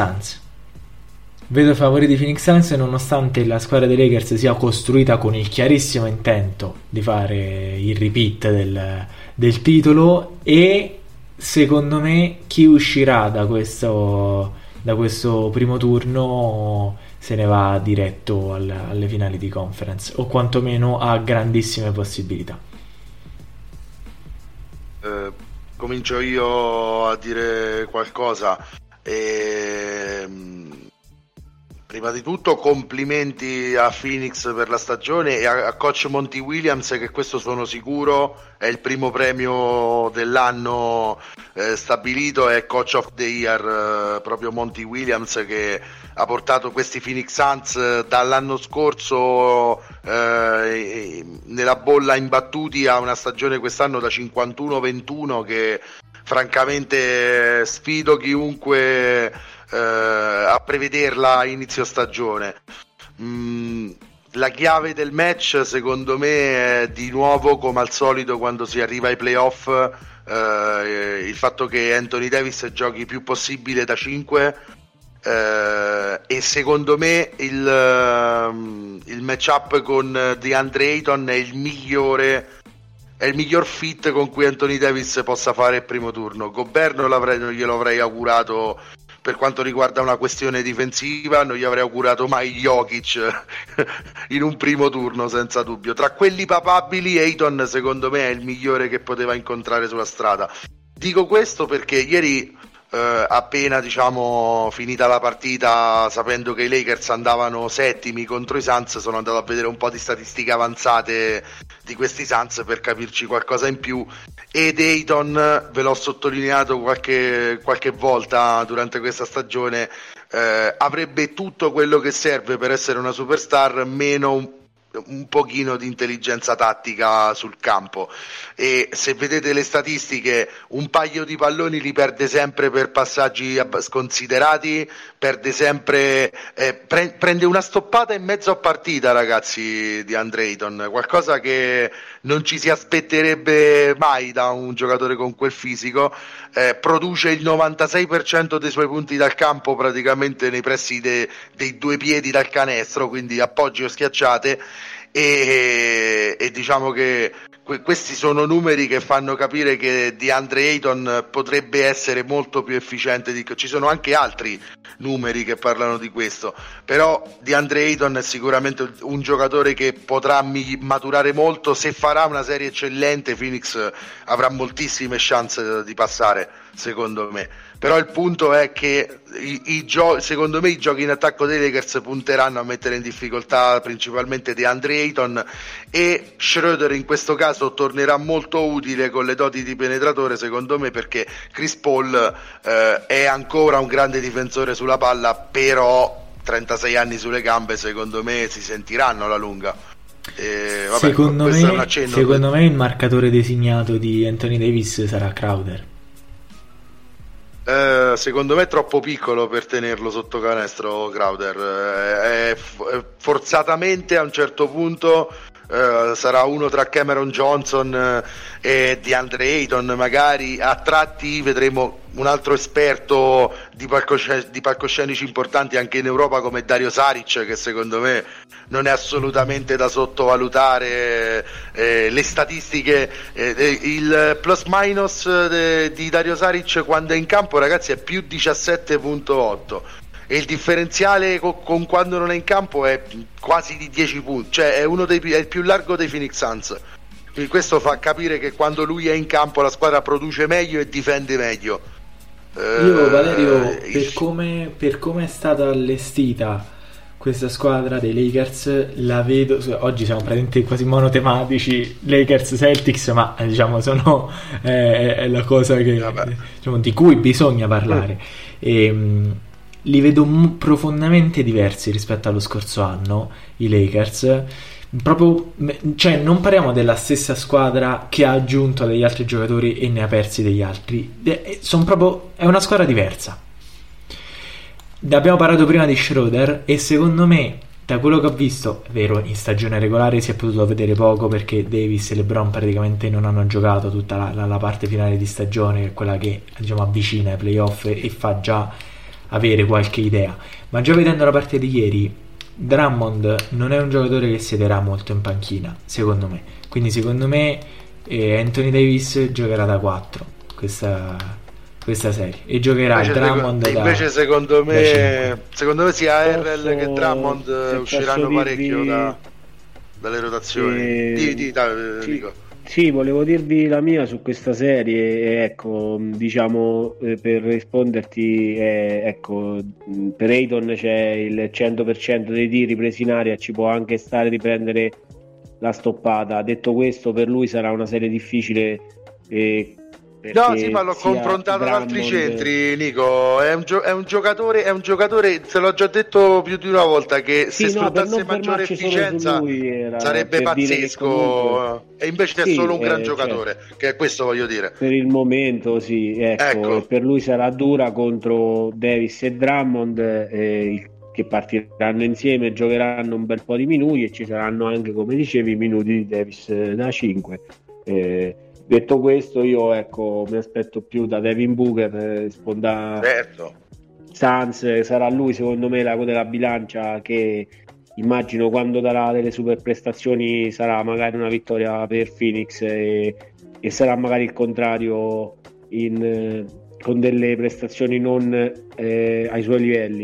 A: Suns, e nonostante la squadra dei Lakers sia costruita con il chiarissimo intento di fare il repeat del titolo, e secondo me chi uscirà da questo primo turno se ne va diretto alle finali di conference, o quantomeno ha grandissime possibilità.
B: Comincio io a dire qualcosa. Prima di tutto complimenti a Phoenix per la stagione e a coach Monty Williams, che questo sono sicuro è il primo premio dell'anno stabilito, è Coach of the Year, proprio Monty Williams, che ha portato questi Phoenix Suns dall'anno scorso nella bolla imbattuti a una stagione quest'anno da 51-21 che francamente sfido chiunque a prevederla a inizio stagione. La chiave del match secondo me è di nuovo, come al solito quando si arriva ai playoff, il fatto che Anthony Davis giochi più possibile da 5, e secondo me il matchup con DeAndre Ayton è il miglior fit con cui Anthony Davis possa fare il primo turno. Gobert non glielo avrei augurato. Per quanto riguarda una questione difensiva, non gli avrei augurato mai Jokic in un primo turno, senza dubbio. Tra quelli papabili, Ayton secondo me è il migliore che poteva incontrare sulla strada. Dico questo perché ieri, appena finita la partita, sapendo che i Lakers andavano settimi contro i Suns, sono andato a vedere un po' di statistiche avanzate di questi Suns per capirci qualcosa in più. Ed Ayton, ve l'ho sottolineato qualche volta durante questa stagione, avrebbe tutto quello che serve per essere una superstar, meno un pochino di intelligenza tattica sul campo. E se vedete le statistiche, un paio di palloni li perde sempre per passaggi sconsiderati, perde sempre, prende una stoppata in mezzo a partita, ragazzi, di DeAndre Ayton, qualcosa che non ci si aspetterebbe mai da un giocatore con quel fisico. Produce il 96% dei suoi punti dal campo praticamente nei pressi dei due piedi dal canestro, quindi appoggi o schiacciate, e diciamo che questi sono numeri che fanno capire che DeAndre Ayton potrebbe essere molto più efficiente ci sono anche altri numeri che parlano di questo, però DeAndre Ayton è sicuramente un giocatore che potrà maturare molto. Se farà una serie eccellente, Phoenix avrà moltissime chance di passare, secondo me. Però il punto è che secondo me i giochi in attacco dei Lakers punteranno a mettere in difficoltà principalmente DeAndre Ayton, e Schroeder in questo caso tornerà molto utile con le doti di penetratore, secondo me, perché Chris Paul è ancora un grande difensore sulla palla, però 36 anni sulle gambe secondo me si sentiranno alla lunga.
A: Secondo me il marcatore designato di Anthony Davis sarà Crowder.
B: Secondo me è troppo piccolo per tenerlo sotto canestro Crowder, forzatamente a un certo punto sarà uno tra Cameron Johnson e DeAndre Ayton, magari a tratti vedremo un altro esperto di palcoscenici importanti anche in Europa come Dario Saric, che secondo me non è assolutamente da sottovalutare. Le statistiche, il plus minus di Dario Saric quando è in campo, ragazzi, è più 17.8, e il differenziale con quando non è in campo è quasi di 10 punti, cioè è il più largo dei Phoenix Suns. Quindi questo fa capire che quando lui è in campo la squadra produce meglio e difende meglio.
A: Io, Valerio, per come è stata allestita questa squadra dei Lakers, la vedo, oggi siamo praticamente quasi monotematici Lakers Celtics, ma diciamo sono è la cosa che diciamo, di cui bisogna parlare. Li vedo profondamente diversi rispetto allo scorso anno, i Lakers, proprio, cioè non parliamo della stessa squadra che ha aggiunto degli altri giocatori e ne ha persi degli altri, è una squadra diversa. Abbiamo parlato prima di Schroeder e secondo me, da quello che ho visto, è vero, in stagione regolare si è potuto vedere poco perché Davis e LeBron praticamente non hanno giocato tutta la parte finale di stagione, che è quella che diciamo avvicina ai playoff e fa già avere qualche idea, ma già vedendo la partita di ieri Drummond non è un giocatore che siederà molto in panchina, secondo me, quindi secondo me Anthony Davis giocherà da 4 questa serie e giocherà Drummond
B: invece secondo me sia Harrell che Drummond usciranno parecchio dalle rotazioni. Dico.
C: Sì, volevo dirvi la mia su questa serie, ecco, diciamo, per risponderti, ecco, per Ayton c'è il 100% dei tiri presi in aria, ci può anche stare di prendere la stoppata. Detto questo, per lui sarà una serie difficile.
B: No, sì, ma l'ho confrontato ad altri centri, Nico. È un giocatore, te l'ho già detto più di una volta, che se sfruttasse maggiore efficienza sarebbe pazzesco. E invece è solo un gran giocatore, che è questo voglio dire.
C: Per il momento sì, ecco. Per lui sarà dura contro Davis e Drummond, che partiranno insieme, giocheranno un bel po' di minuti e ci saranno anche, come dicevi, i minuti di Davis da 5. Detto questo, io mi aspetto più da Devin Booker, sponda Suns, sarà lui secondo me l'ago della bilancia, che immagino quando darà delle super prestazioni sarà magari una vittoria per Phoenix e sarà magari il contrario con delle prestazioni non ai suoi livelli.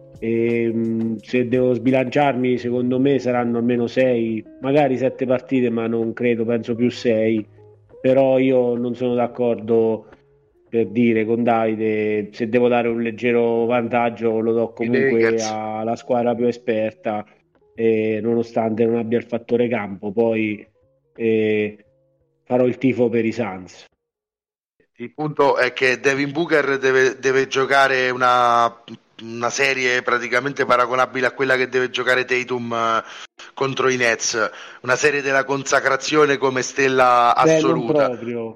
C: Se devo sbilanciarmi, secondo me saranno almeno 6, magari 7 partite, ma non credo, penso più 6. Però io non sono d'accordo, per dire, con Davide, se devo dare un leggero vantaggio lo do comunque alla squadra più esperta, nonostante non abbia il fattore campo. Poi farò il tifo per i Suns.
B: Il punto è che Devin Booker deve giocare una serie praticamente paragonabile a quella che deve giocare Tatum contro i Nets, una serie della consacrazione come stella assoluta.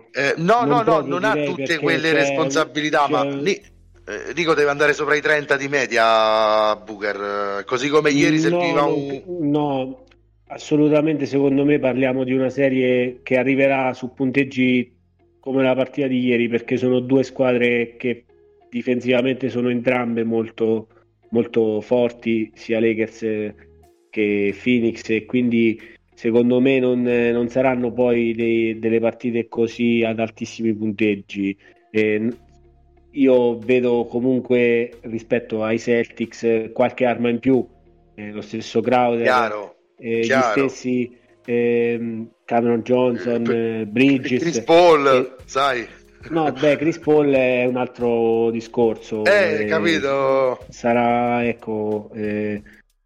B: Non ha tutte quelle responsabilità, ma dico deve andare sopra i 30 di media Booker, così come ieri serviva
C: No, assolutamente, secondo me parliamo di una serie che arriverà su punteggi come la partita di ieri, perché sono due squadre che difensivamente sono entrambe molto, molto forti, sia Lakers che Phoenix, e quindi secondo me non saranno poi delle partite così ad altissimi punteggi. Io vedo comunque rispetto ai Celtics qualche arma in più, lo stesso Crowder, gli stessi Cameron Johnson, Bridges,
B: Chris Paul, sai.
C: No, Chris Paul è un altro discorso.
B: Capito.
C: Sarà, il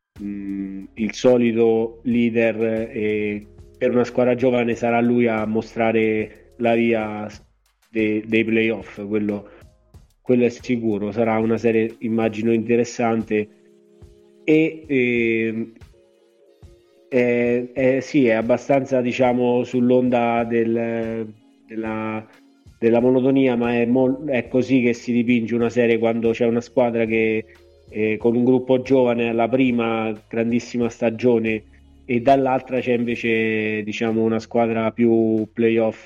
C: solito leader, e per una squadra giovane sarà lui a mostrare la via dei playoff, quello è sicuro. Sarà una serie, immagino, interessante e sì, è abbastanza, diciamo, sull'onda della monotonia, ma è così che si dipinge una serie quando c'è una squadra che con un gruppo giovane alla prima grandissima stagione e dall'altra c'è invece, diciamo, una squadra più playoff,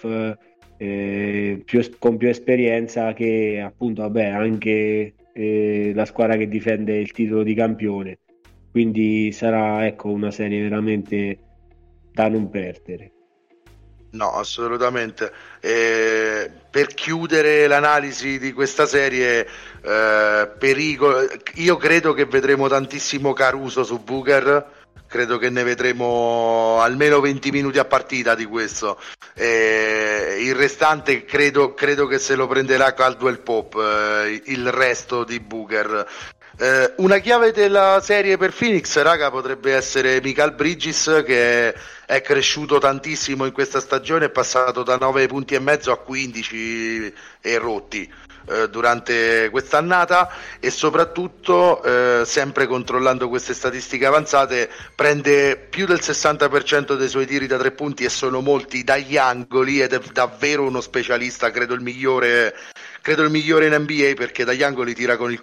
C: con più esperienza, che appunto anche la squadra che difende il titolo di campione. Quindi sarà una serie veramente da non perdere.
B: No, assolutamente. Per chiudere l'analisi di questa serie, pericolo, io credo che vedremo tantissimo Caruso su Booker, credo che ne vedremo almeno 20 minuti a partita di questo. Il restante credo che se lo prenderà Caldwell Pope, il resto di Booker. Una chiave della serie per Phoenix, raga, potrebbe essere Mikal Bridges, che è cresciuto tantissimo in questa stagione, è passato da 9 punti e mezzo a 15 e rotti. durante quest'annata, e soprattutto sempre controllando queste statistiche avanzate prende più del 60% dei suoi tiri da 3 punti e sono molti dagli angoli, ed è davvero uno specialista, credo il migliore in NBA, perché dagli angoli tira con il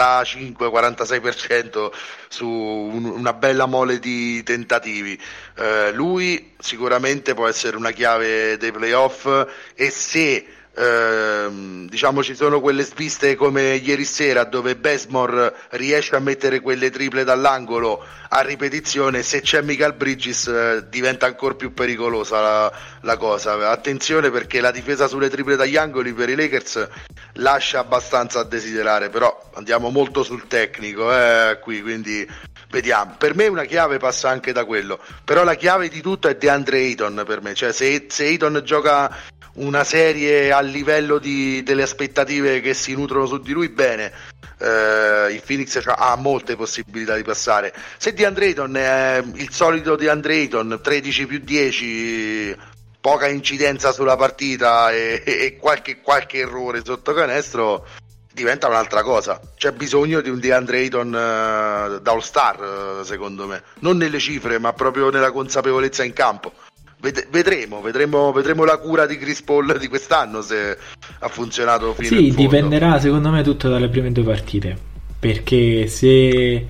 B: 45-46% su una bella mole di tentativi. Lui sicuramente può essere una chiave dei playoff, e se diciamo ci sono quelle sviste come ieri sera dove Bazemore riesce a mettere quelle triple dall'angolo a ripetizione, se c'è Michael Bridges diventa ancora più pericolosa la cosa. Attenzione, perché la difesa sulle triple dagli angoli per i Lakers lascia abbastanza a desiderare, però andiamo molto sul tecnico qui, quindi vediamo. Per me una chiave passa anche da quello, però la chiave di tutto è DeAndre Ayton per me, cioè se Ayton gioca una serie a livello delle aspettative che si nutrono su di lui, bene, il Phoenix ha molte possibilità di passare. Se DeAndre Ayton è il solito DeAndre Ayton, 13 più 10, poca incidenza sulla partita e qualche errore sotto canestro, diventa un'altra cosa. C'è bisogno di un DeAndre Ayton da All-Star, secondo me, non nelle cifre ma proprio nella consapevolezza in campo. Vedremo la cura di Chris Paul di quest'anno, se ha funzionato fino in fondo.
A: Dipenderà secondo me tutto dalle prime 2 partite, perché se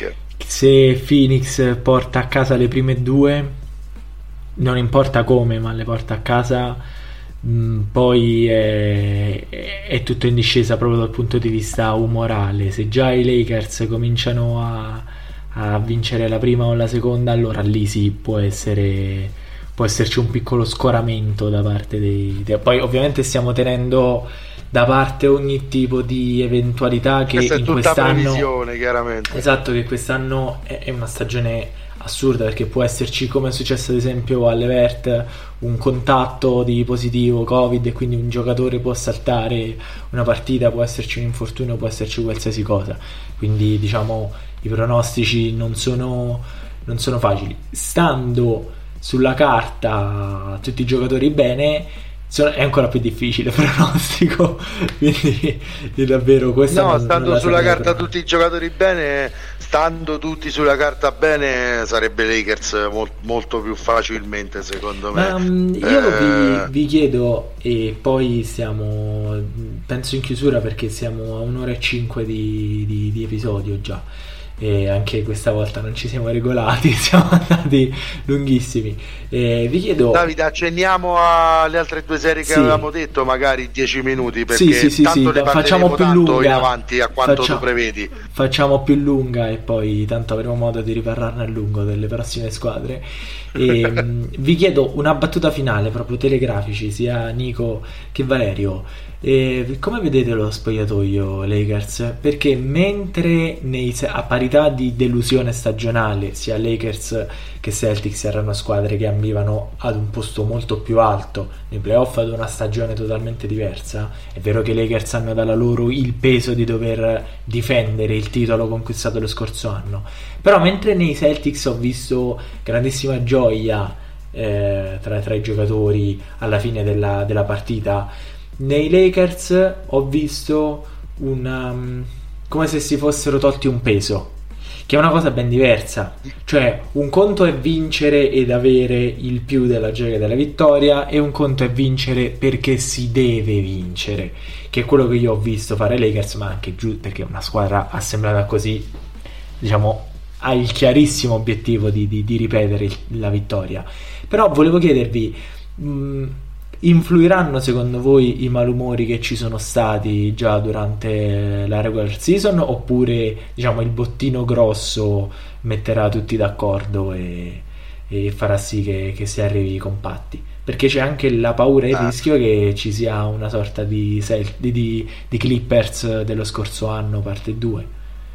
A: Phoenix porta a casa le prime 2, non importa come, ma le porta a casa, poi è tutto in discesa proprio dal punto di vista umorale. Se già i Lakers cominciano a vincere la prima o la seconda, allora lì sì, può esserci un piccolo scoramento da parte poi ovviamente stiamo tenendo da parte ogni tipo di eventualità che
B: questa
A: in
B: è tutta
A: quest'anno
B: previsione, chiaramente.
A: Esatto, che quest'anno è una stagione assurda, perché può esserci, come è successo ad esempio all'Evert, un contatto di positivo Covid e quindi un giocatore può saltare una partita, può esserci un infortunio, può esserci qualsiasi cosa, quindi diciamo i pronostici non sono facili. Stando sulla carta tutti i giocatori bene, è ancora più difficile pronostico, quindi davvero questa
B: stando sulla carta tutti i giocatori bene, stando tutti sulla carta bene, sarebbe Lakers molto più facilmente, secondo me.
A: Io vi chiedo, e poi penso in chiusura perché siamo a 1:05 di episodio già, e anche questa volta non ci siamo regolati, siamo andati lunghissimi. Vi chiedo,
B: Davide, accenniamo alle altre 2 serie che avevamo detto, magari 10 minuti, perché tanto ne
A: facciamo più lunga
B: in avanti a quanto tu prevedi.
A: Facciamo più lunga e poi tanto avremo modo di riparlarne a lungo delle prossime squadre. Vi chiedo una battuta finale, proprio telegrafici, sia Nico che Valerio. Come vedete lo spogliatoio Lakers? Perché mentre a parità di delusione stagionale sia Lakers che Celtics erano squadre che ambivano ad un posto molto più alto nei playoff, ad una stagione totalmente diversa, è vero che i Lakers hanno dalla loro il peso di dover difendere il titolo conquistato lo scorso anno, però mentre nei Celtics ho visto grandissima gioia tra i giocatori alla fine della partita, nei Lakers ho visto come se si fossero tolti un peso, che è una cosa ben diversa. Cioè, un conto è vincere ed avere il più della gioia e della vittoria, e un conto è vincere perché si deve vincere, che è quello che io ho visto fare Lakers, ma anche giù, perché una squadra assemblata così, diciamo, ha il chiarissimo obiettivo di ripetere la vittoria. Però volevo chiedervi, influiranno secondo voi i malumori che ci sono stati già durante la regular season, oppure diciamo il bottino grosso metterà tutti d'accordo e farà sì che si arrivi compatti? Perché c'è anche la paura e il rischio che ci sia una sorta di Clippers dello scorso anno parte 2.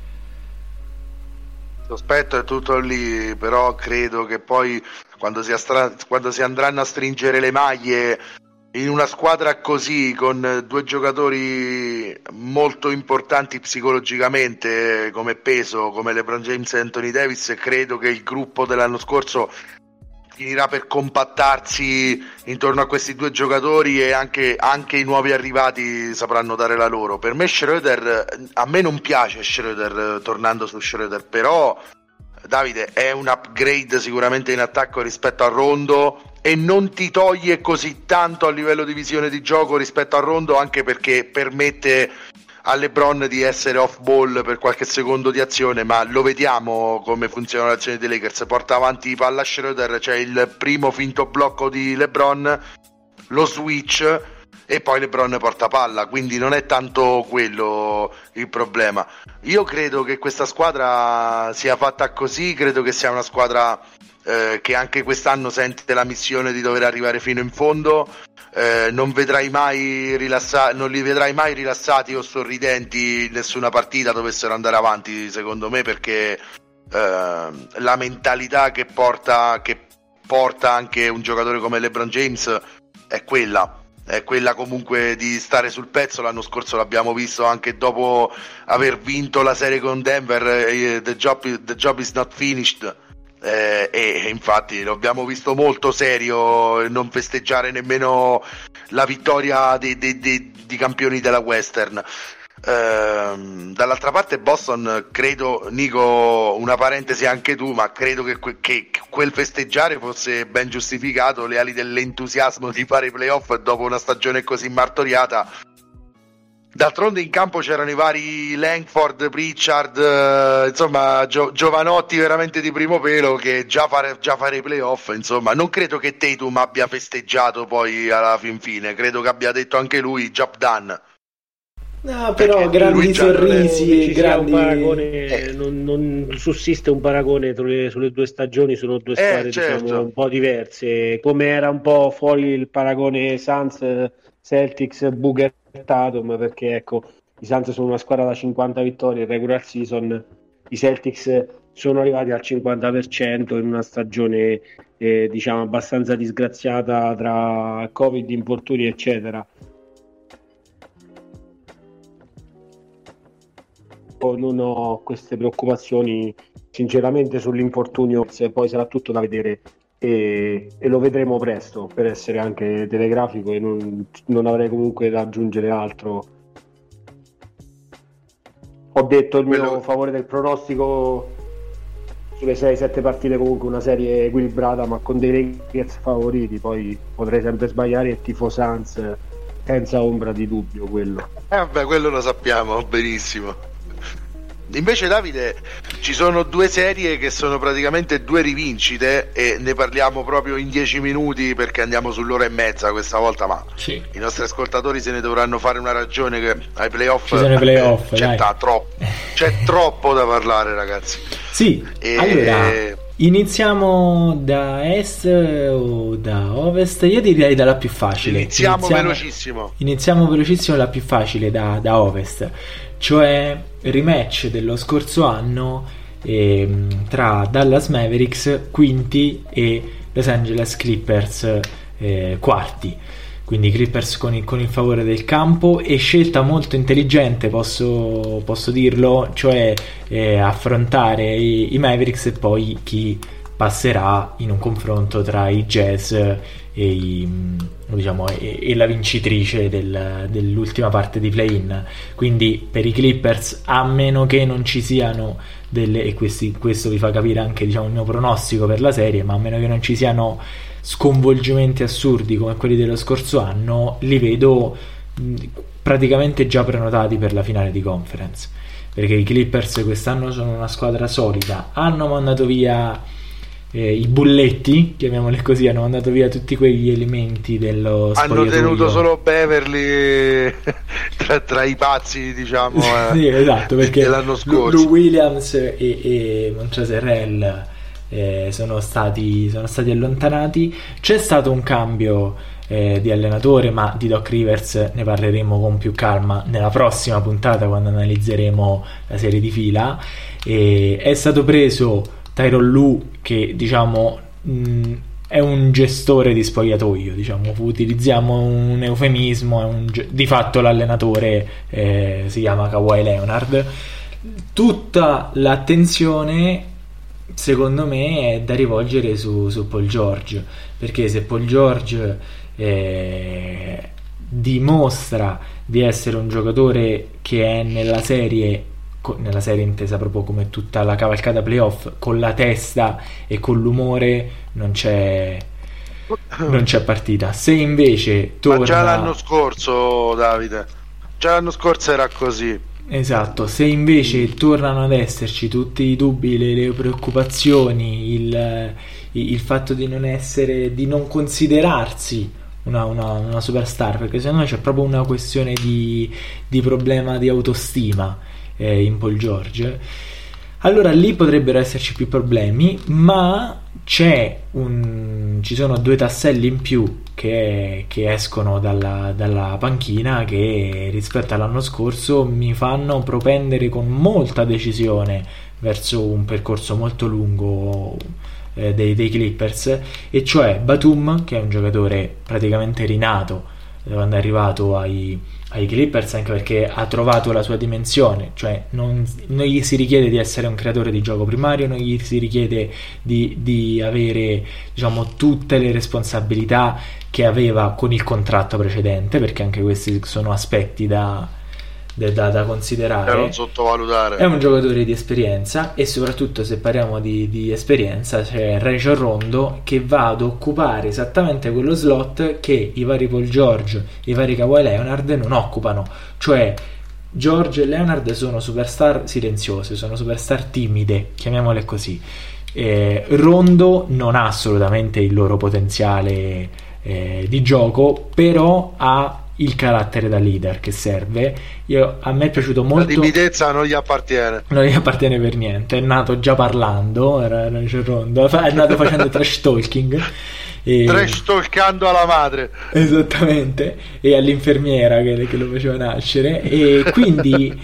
B: L'aspetto è tutto lì, però credo che poi quando si andranno a stringere le maglie in una squadra così, con 2 giocatori molto importanti psicologicamente come peso, come LeBron James e Anthony Davis, credo che il gruppo dell'anno scorso finirà per compattarsi intorno a questi due giocatori, e anche i nuovi arrivati sapranno dare la loro. Per me Schröder, a me non piace Schröder, tornando su Schröder, però Davide è un upgrade sicuramente in attacco rispetto a Rondo, e non ti toglie così tanto a livello di visione di gioco rispetto a Rondo, anche perché permette a LeBron di essere off ball per qualche secondo di azione, ma lo vediamo come funziona l'azione dei Lakers. Porta avanti palla Schröder, c'è il primo finto blocco di LeBron, lo switch, e poi LeBron porta palla, quindi non è tanto quello il problema. Io credo che questa squadra sia fatta così, credo che sia una squadra che anche quest'anno sente la missione di dover arrivare fino in fondo. Non li vedrai mai rilassati o sorridenti in nessuna partita dovessero andare avanti, secondo me, perché la mentalità che porta anche un giocatore come LeBron James è quella comunque di stare sul pezzo. L'anno scorso l'abbiamo visto anche dopo aver vinto la serie con Denver, the job is not finished. E infatti lo abbiamo visto molto serio, non festeggiare nemmeno la vittoria di campioni della Western. Dall'altra parte Boston, credo, Nico, una parentesi anche tu, ma credo che quel festeggiare fosse ben giustificato, le ali dell'entusiasmo di fare i playoff dopo una stagione così martoriata. D'altronde in campo c'erano i vari Langford, Pritchard, insomma giovanotti veramente di primo pelo, che già fare i playoff, insomma. Non credo che Tatum abbia festeggiato poi alla fine, credo che abbia detto anche lui job done.
C: No, però grandi sorrisi, grandi paragone, non sussiste un paragone sulle due stagioni, sono due squadre
B: certo,
C: diciamo un po' diverse, come era un po' fuori il paragone Suns Celtics Booker Tatum, perché ecco, i Suns sono una squadra da 50 vittorie in regular season, i Celtics sono arrivati al 50% in una stagione diciamo abbastanza disgraziata tra Covid, infortuni eccetera. Non ho queste preoccupazioni sinceramente sull'infortunio, poi sarà tutto da vedere e lo vedremo presto, per essere anche telegrafico, e non avrei comunque da aggiungere altro. Ho detto il mio favore del pronostico sulle 6-7 partite, comunque una serie equilibrata ma con dei Lakers favoriti, poi potrei sempre sbagliare e tifo Suns senza ombra di dubbio, quello.
B: Vabbè, quello lo sappiamo benissimo. Invece Davide, ci sono due serie che sono praticamente due rivincite, e ne parliamo proprio in 10 minuti perché andiamo sull'ora e mezza questa volta, ma
A: sì,
B: i nostri ascoltatori se ne dovranno fare una ragione, che ai playoff c'è troppo da parlare, ragazzi.
A: Sì, allora iniziamo da est o da ovest? Io direi dalla più facile.
B: Iniziamo velocissimo,
A: la più facile, da ovest, cioè rematch dello scorso anno tra Dallas Mavericks quinti e Los Angeles Clippers quarti. Quindi Clippers con il favore del campo, e scelta molto intelligente, posso dirlo, cioè affrontare i Mavericks e poi chi passerà in un confronto tra i Jazz e la vincitrice dell'ultima parte di play-in. Quindi per i Clippers, a meno che non ci siano e questo vi fa capire anche il mio pronostico per la serie, ma a meno che non ci siano sconvolgimenti assurdi come quelli dello scorso anno, li vedo praticamente già prenotati per la finale di conference, perché i Clippers quest'anno sono una squadra solida, hanno mandato via i bulletti, chiamiamoli così, hanno mandato via tutti quegli elementi dello spogliatoio.
B: Hanno tenuto solo Beverly tra i pazzi, diciamo,
A: sì, esatto, perché
B: l'anno scorso
A: Lou Williams e Montrezl Harrell sono stati allontanati. C'è stato un cambio di allenatore, ma di Doc Rivers ne parleremo con più calma nella prossima puntata, quando analizzeremo la serie di fila. È stato preso Tyronn Lue, che è un gestore di spogliatoio, utilizziamo un eufemismo, di fatto l'allenatore si chiama Kawhi Leonard. Tutta l'attenzione secondo me è da rivolgere su Paul George, perché se Paul George dimostra di essere un giocatore che è nella serie intesa proprio come tutta la cavalcata playoff, con la testa e con l'umore, non c'è partita. Se invece torna...
B: Ma già l'anno scorso, Davide, già l'anno scorso era così.
A: Esatto, se invece tornano ad esserci tutti i dubbi, le preoccupazioni, il fatto di non considerarsi una superstar, perché secondo me c'è proprio una questione di problema di autostima in Paul George, allora lì potrebbero esserci più problemi, ma ci sono 2 tasselli in più che escono dalla panchina, che rispetto all'anno scorso mi fanno propendere con molta decisione verso un percorso molto lungo dei Clippers, e cioè Batum, che è un giocatore praticamente rinato quando è arrivato ai Clippers, anche perché ha trovato la sua dimensione, cioè non gli si richiede di essere un creatore di gioco primario, non gli si richiede di avere, diciamo, tutte le responsabilità che aveva con il contratto precedente, perché anche questi sono aspetti da considerare,
B: da non sottovalutare.
A: È un giocatore di esperienza, e soprattutto, se parliamo di esperienza, c'è Rajon Rondo che va ad occupare esattamente quello slot che i vari Paul George, i vari Kawhi Leonard non occupano. Cioè George e Leonard sono superstar silenziose, sono superstar timide, chiamiamole così. Rondo non ha assolutamente il loro potenziale di gioco, però ha il carattere da leader che serve. A me è piaciuto molto.
B: La timidezza non gli appartiene
A: per niente, è nato già parlando, era Rondo, è nato facendo trash talking,
B: trash talkando alla madre,
A: esattamente, e all'infermiera che lo faceva nascere, e quindi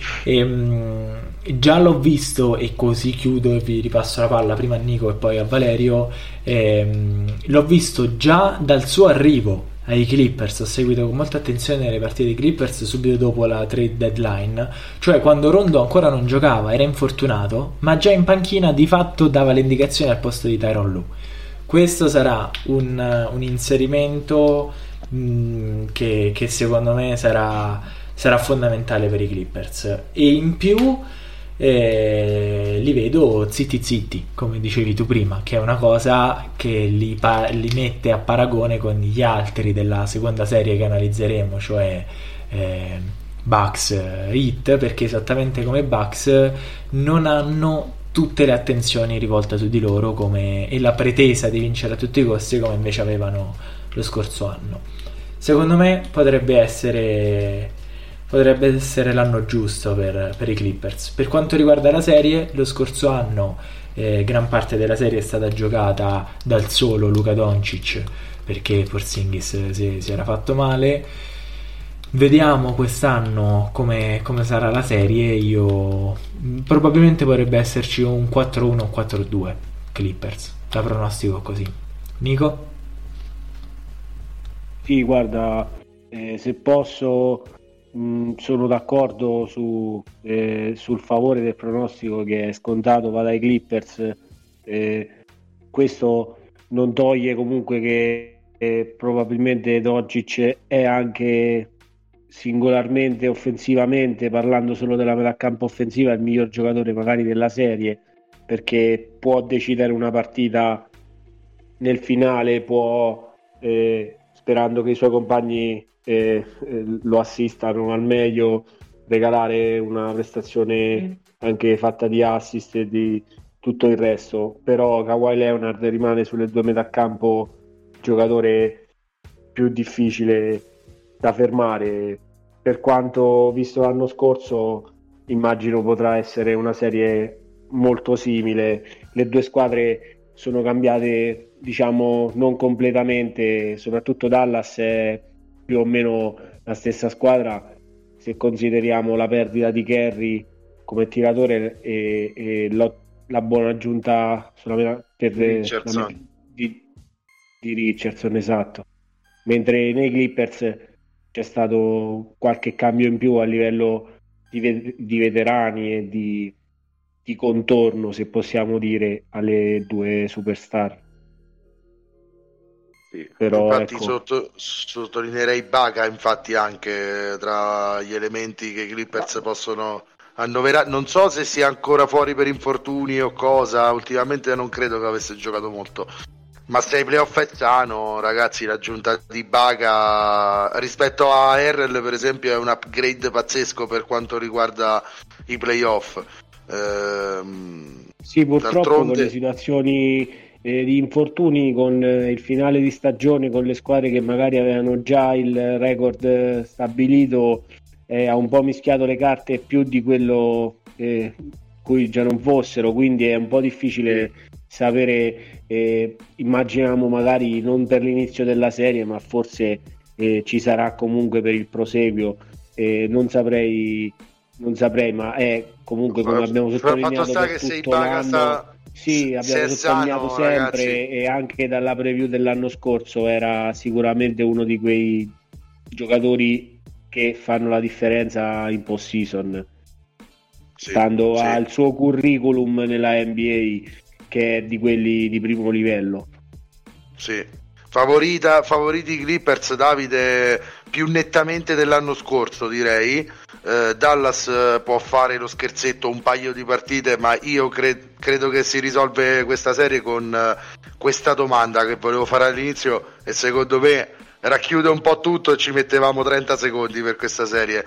A: già l'ho visto, e così chiudo e vi ripasso la palla prima a Nico e poi a Valerio. L'ho visto già dal suo arrivo ai Clippers, ho seguito con molta attenzione le partite dei Clippers subito dopo la trade deadline, cioè quando Rondo ancora non giocava, era infortunato, ma già in panchina di fatto dava le indicazioni al posto di Tyronn Lue. Questo sarà un inserimento che secondo me sarà fondamentale per i Clippers, e in più li vedo zitti, come dicevi tu prima, che è una cosa che li mette a paragone con gli altri della seconda serie che analizzeremo, cioè Bucks Heat, perché esattamente come Bucks non hanno tutte le attenzioni rivolte su di loro e la pretesa di vincere a tutti i costi come invece avevano lo scorso anno. Secondo me potrebbe essere l'anno giusto per i Clippers. Per quanto riguarda la serie, lo scorso anno gran parte della serie è stata giocata dal solo Luka Doncic, perché Porzingis si era fatto male. Vediamo quest'anno come sarà la serie. Probabilmente potrebbe esserci un 4-1 o 4-2 Clippers, la pronostico così. Nico?
C: Sì, guarda, se posso, sono d'accordo sul favore del pronostico che è scontato, va dai Clippers. Questo non toglie comunque che probabilmente Doncic è anche singolarmente, offensivamente, parlando solo della metà campo offensiva, il miglior giocatore magari della serie, perché può decidere una partita nel finale, può, sperando che i suoi compagni lo assistano al meglio, regalare una prestazione anche fatta di assist e di tutto il resto. Però Kawhi Leonard rimane sulle 2 metà campo giocatore più difficile da fermare, per quanto visto l'anno scorso immagino potrà essere una serie molto simile. Le 2 squadre sono cambiate, diciamo, non completamente, soprattutto Dallas è più o meno la stessa squadra se consideriamo la perdita di Curry come tiratore e la buona aggiunta per
B: Richardson.
C: Di Richardson, esatto. Mentre nei Clippers c'è stato qualche cambio in più a livello di veterani e di di contorno, se possiamo dire, alle due superstar.
B: Sì. Però infatti ecco, sottolineerei Baga, infatti, anche tra gli elementi che i Clippers possono annoverare. Non so se sia ancora fuori per infortuni o cosa, ultimamente non credo che avesse giocato molto, ma se ai playoff è sano, ragazzi, l'aggiunta di Baga rispetto a Harrell, per esempio, è un upgrade pazzesco per quanto riguarda i playoff.
C: Sì, purtroppo con le situazioni di infortuni, con il finale di stagione, con le squadre che magari avevano già il record stabilito, ha un po' mischiato le carte più di quello cui già non fossero, quindi è un po' difficile sapere. Immaginiamo magari non per l'inizio della serie, ma forse ci sarà comunque per il proseguio. Non saprei, ma è comunque, come abbiamo sottolineato per tutto l'anno. Sì, abbiamo sottolineato sempre, ragazzi. E anche dalla preview dell'anno scorso era sicuramente uno di quei giocatori che fanno la differenza in post-season, stando al suo curriculum nella NBA, che è di quelli di primo livello.
B: Sì, favoriti Clippers, Davide, più nettamente dell'anno scorso, direi. Dallas può fare lo scherzetto un paio di partite, ma io credo che si risolve questa serie con questa domanda che volevo fare all'inizio, e secondo me racchiude un po' tutto, e ci mettevamo 30 secondi per questa serie.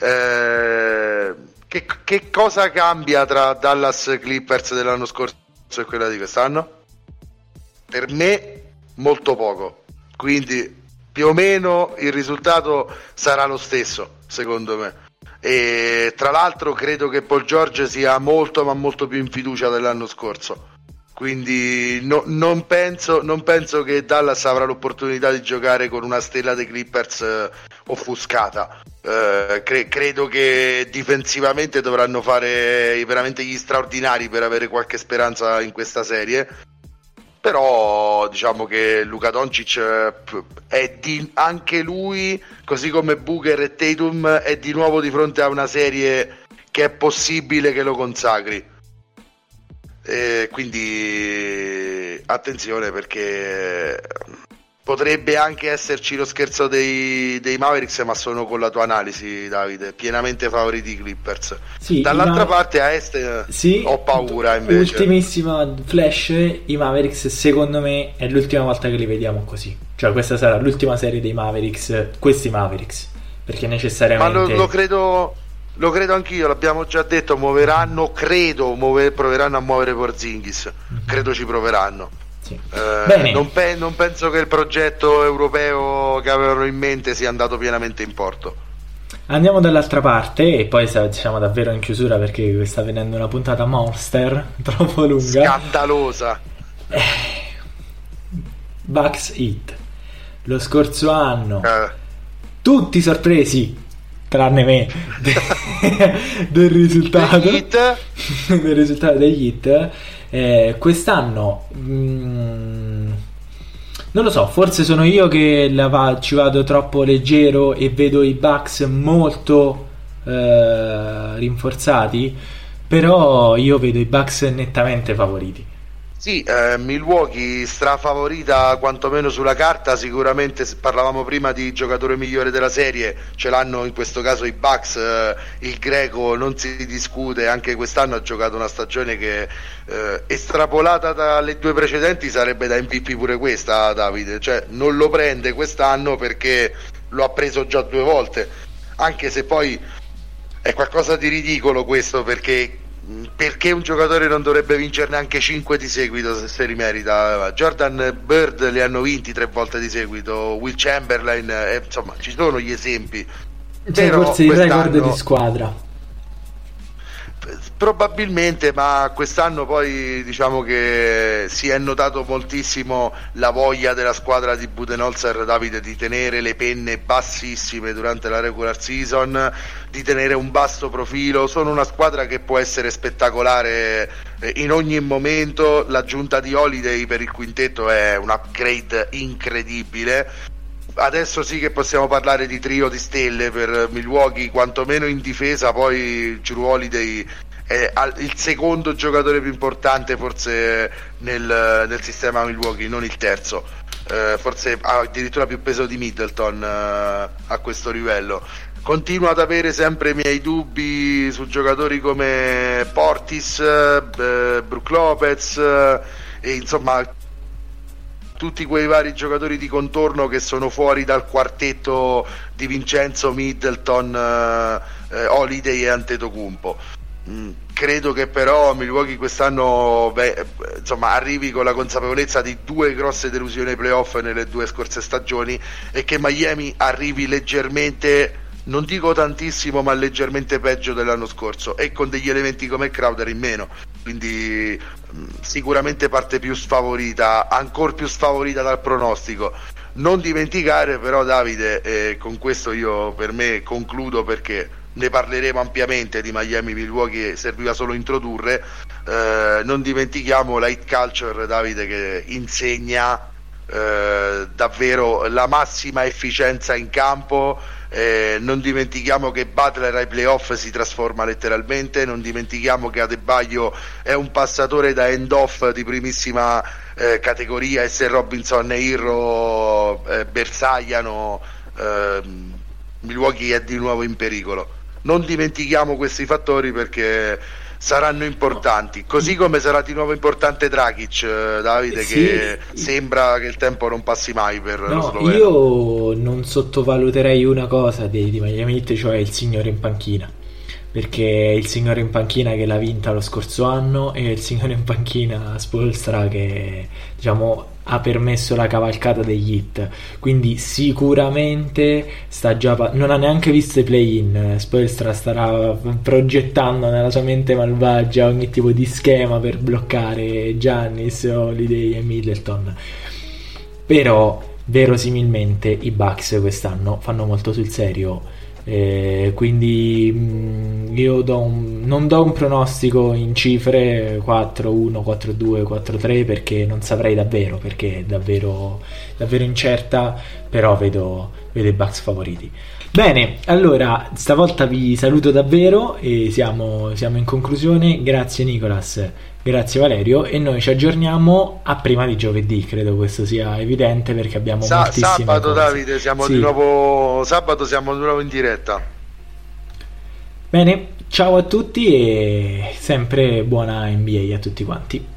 B: Che cosa cambia tra Dallas Clippers dell'anno scorso e quella di quest'anno? Per me molto poco, quindi più o meno il risultato sarà lo stesso, secondo me. E tra l'altro credo che Paul George sia molto ma molto più in fiducia dell'anno scorso, quindi non penso che Dallas avrà l'opportunità di giocare con una stella dei Clippers offuscata. Credo che difensivamente dovranno fare veramente gli straordinari per avere qualche speranza in questa serie. Però diciamo che Luka Doncic è anche lui, così come Booker e Tatum, è di nuovo di fronte a una serie che è possibile che lo consacri. Quindi attenzione, perché potrebbe anche esserci lo scherzo dei Mavericks, ma sono con la tua analisi, Davide, pienamente favoriti i Clippers.
A: Sì,
B: dall'altra parte a est ho paura invece.
A: Ultimissima flash, i Mavericks secondo me è l'ultima volta che li vediamo così, cioè questa sarà l'ultima serie dei Mavericks, questi Mavericks, perché necessariamente
B: ma lo credo anch'io, l'abbiamo già detto, proveranno a muovere Porzingis, credo ci proveranno. Sì. Non penso che il progetto europeo che avevano in mente sia andato pienamente in porto.
A: Andiamo dall'altra parte e poi siamo davvero in chiusura, perché sta venendo una puntata monster troppo lunga,
B: scandalosa.
A: Bucks Heat, lo scorso anno tutti sorpresi tranne me del risultato degli Heat. Quest'anno non lo so, forse sono io che ci vado troppo leggero e vedo i Bucks molto rinforzati, però io vedo i Bucks nettamente favoriti.
B: Sì, Milwaukee strafavorita quantomeno sulla carta, sicuramente. Parlavamo prima di giocatore migliore della serie, ce l'hanno in questo caso i Bucks. Il greco non si discute, anche quest'anno ha giocato una stagione che estrapolata dalle due precedenti sarebbe da MVP pure questa, Davide, cioè non lo prende quest'anno perché lo ha preso già 2 volte, anche se poi è qualcosa di ridicolo questo, perché un giocatore non dovrebbe vincerne anche 5 di seguito se li merita? Jordan Bird li hanno vinti 3 volte di seguito, Will Chamberlain, insomma ci sono gli esempi.
A: C'è forse il record di squadra,
B: probabilmente, ma quest'anno poi diciamo che si è notato moltissimo la voglia della squadra di Budenholzer, Davide, di tenere le penne bassissime durante la regular season, di tenere un basso profilo. Sono una squadra che può essere spettacolare in ogni momento. L'aggiunta di Holiday per il quintetto è un upgrade incredibile. Adesso sì che possiamo parlare di trio di stelle per Milwaukee, quantomeno in difesa. Poi Jrue Holiday è il secondo giocatore più importante forse nel sistema Milwaukee, non il terzo. Forse ha addirittura più peso di Middleton a questo livello. Continuo ad avere sempre i miei dubbi su giocatori come Portis, Brook Lopez e insomma tutti quei vari giocatori di contorno che sono fuori dal quartetto di Vincenzo, Middleton, Holiday e Antetokounmpo. Credo che però Milwaukee quest'anno insomma arrivi con la consapevolezza di 2 grosse delusioni ai playoff nelle 2 scorse stagioni e che Miami arrivi leggermente, non dico tantissimo, ma leggermente peggio dell'anno scorso e con degli elementi come Crowder in meno, quindi sicuramente parte più sfavorita, ancora più sfavorita dal pronostico. Non dimenticare però, Davide, con questo io per me concludo perché ne parleremo ampiamente di Miami Milwaukee, serviva solo introdurre, non dimentichiamo la hit culture, Davide, che insegna davvero la massima efficienza in campo. Non dimentichiamo che Butler ai playoff si trasforma letteralmente, non dimentichiamo che Adebayo è un passatore da end-off di primissima categoria e se Robinson e Irro bersagliano, Milwaukee è di nuovo in pericolo. Non dimentichiamo questi fattori perché saranno importanti, così come sarà di nuovo importante Dragic, Davide, sì, che sembra che il tempo non passi mai per lo sloveno.
A: Io non sottovaluterei una cosa di Miami Heat, cioè il signore in panchina, perché è il signore in panchina che l'ha vinta lo scorso anno e il signore in panchina Spoelstra che diciamo ha permesso la cavalcata degli Heat, quindi sicuramente sta già non ha neanche visto i play-in. Spoelstra starà progettando nella sua mente malvagia ogni tipo di schema per bloccare Giannis, Holiday e Middleton, però verosimilmente i Bucks quest'anno fanno molto sul serio. Quindi io non do un pronostico in cifre 4-1, 4-2, 4-3 perché non saprei davvero, perché è davvero incerta, però vedo i Bucks favoriti. Bene, allora stavolta vi saluto davvero e siamo in conclusione. Grazie Nicolas, grazie Valerio, e noi ci aggiorniamo a prima di giovedì, credo questo sia evidente perché abbiamo moltissime
B: sabato
A: cose.
B: Davide, siamo di nuovo in diretta.
A: Bene, ciao a tutti e sempre buona NBA a tutti quanti.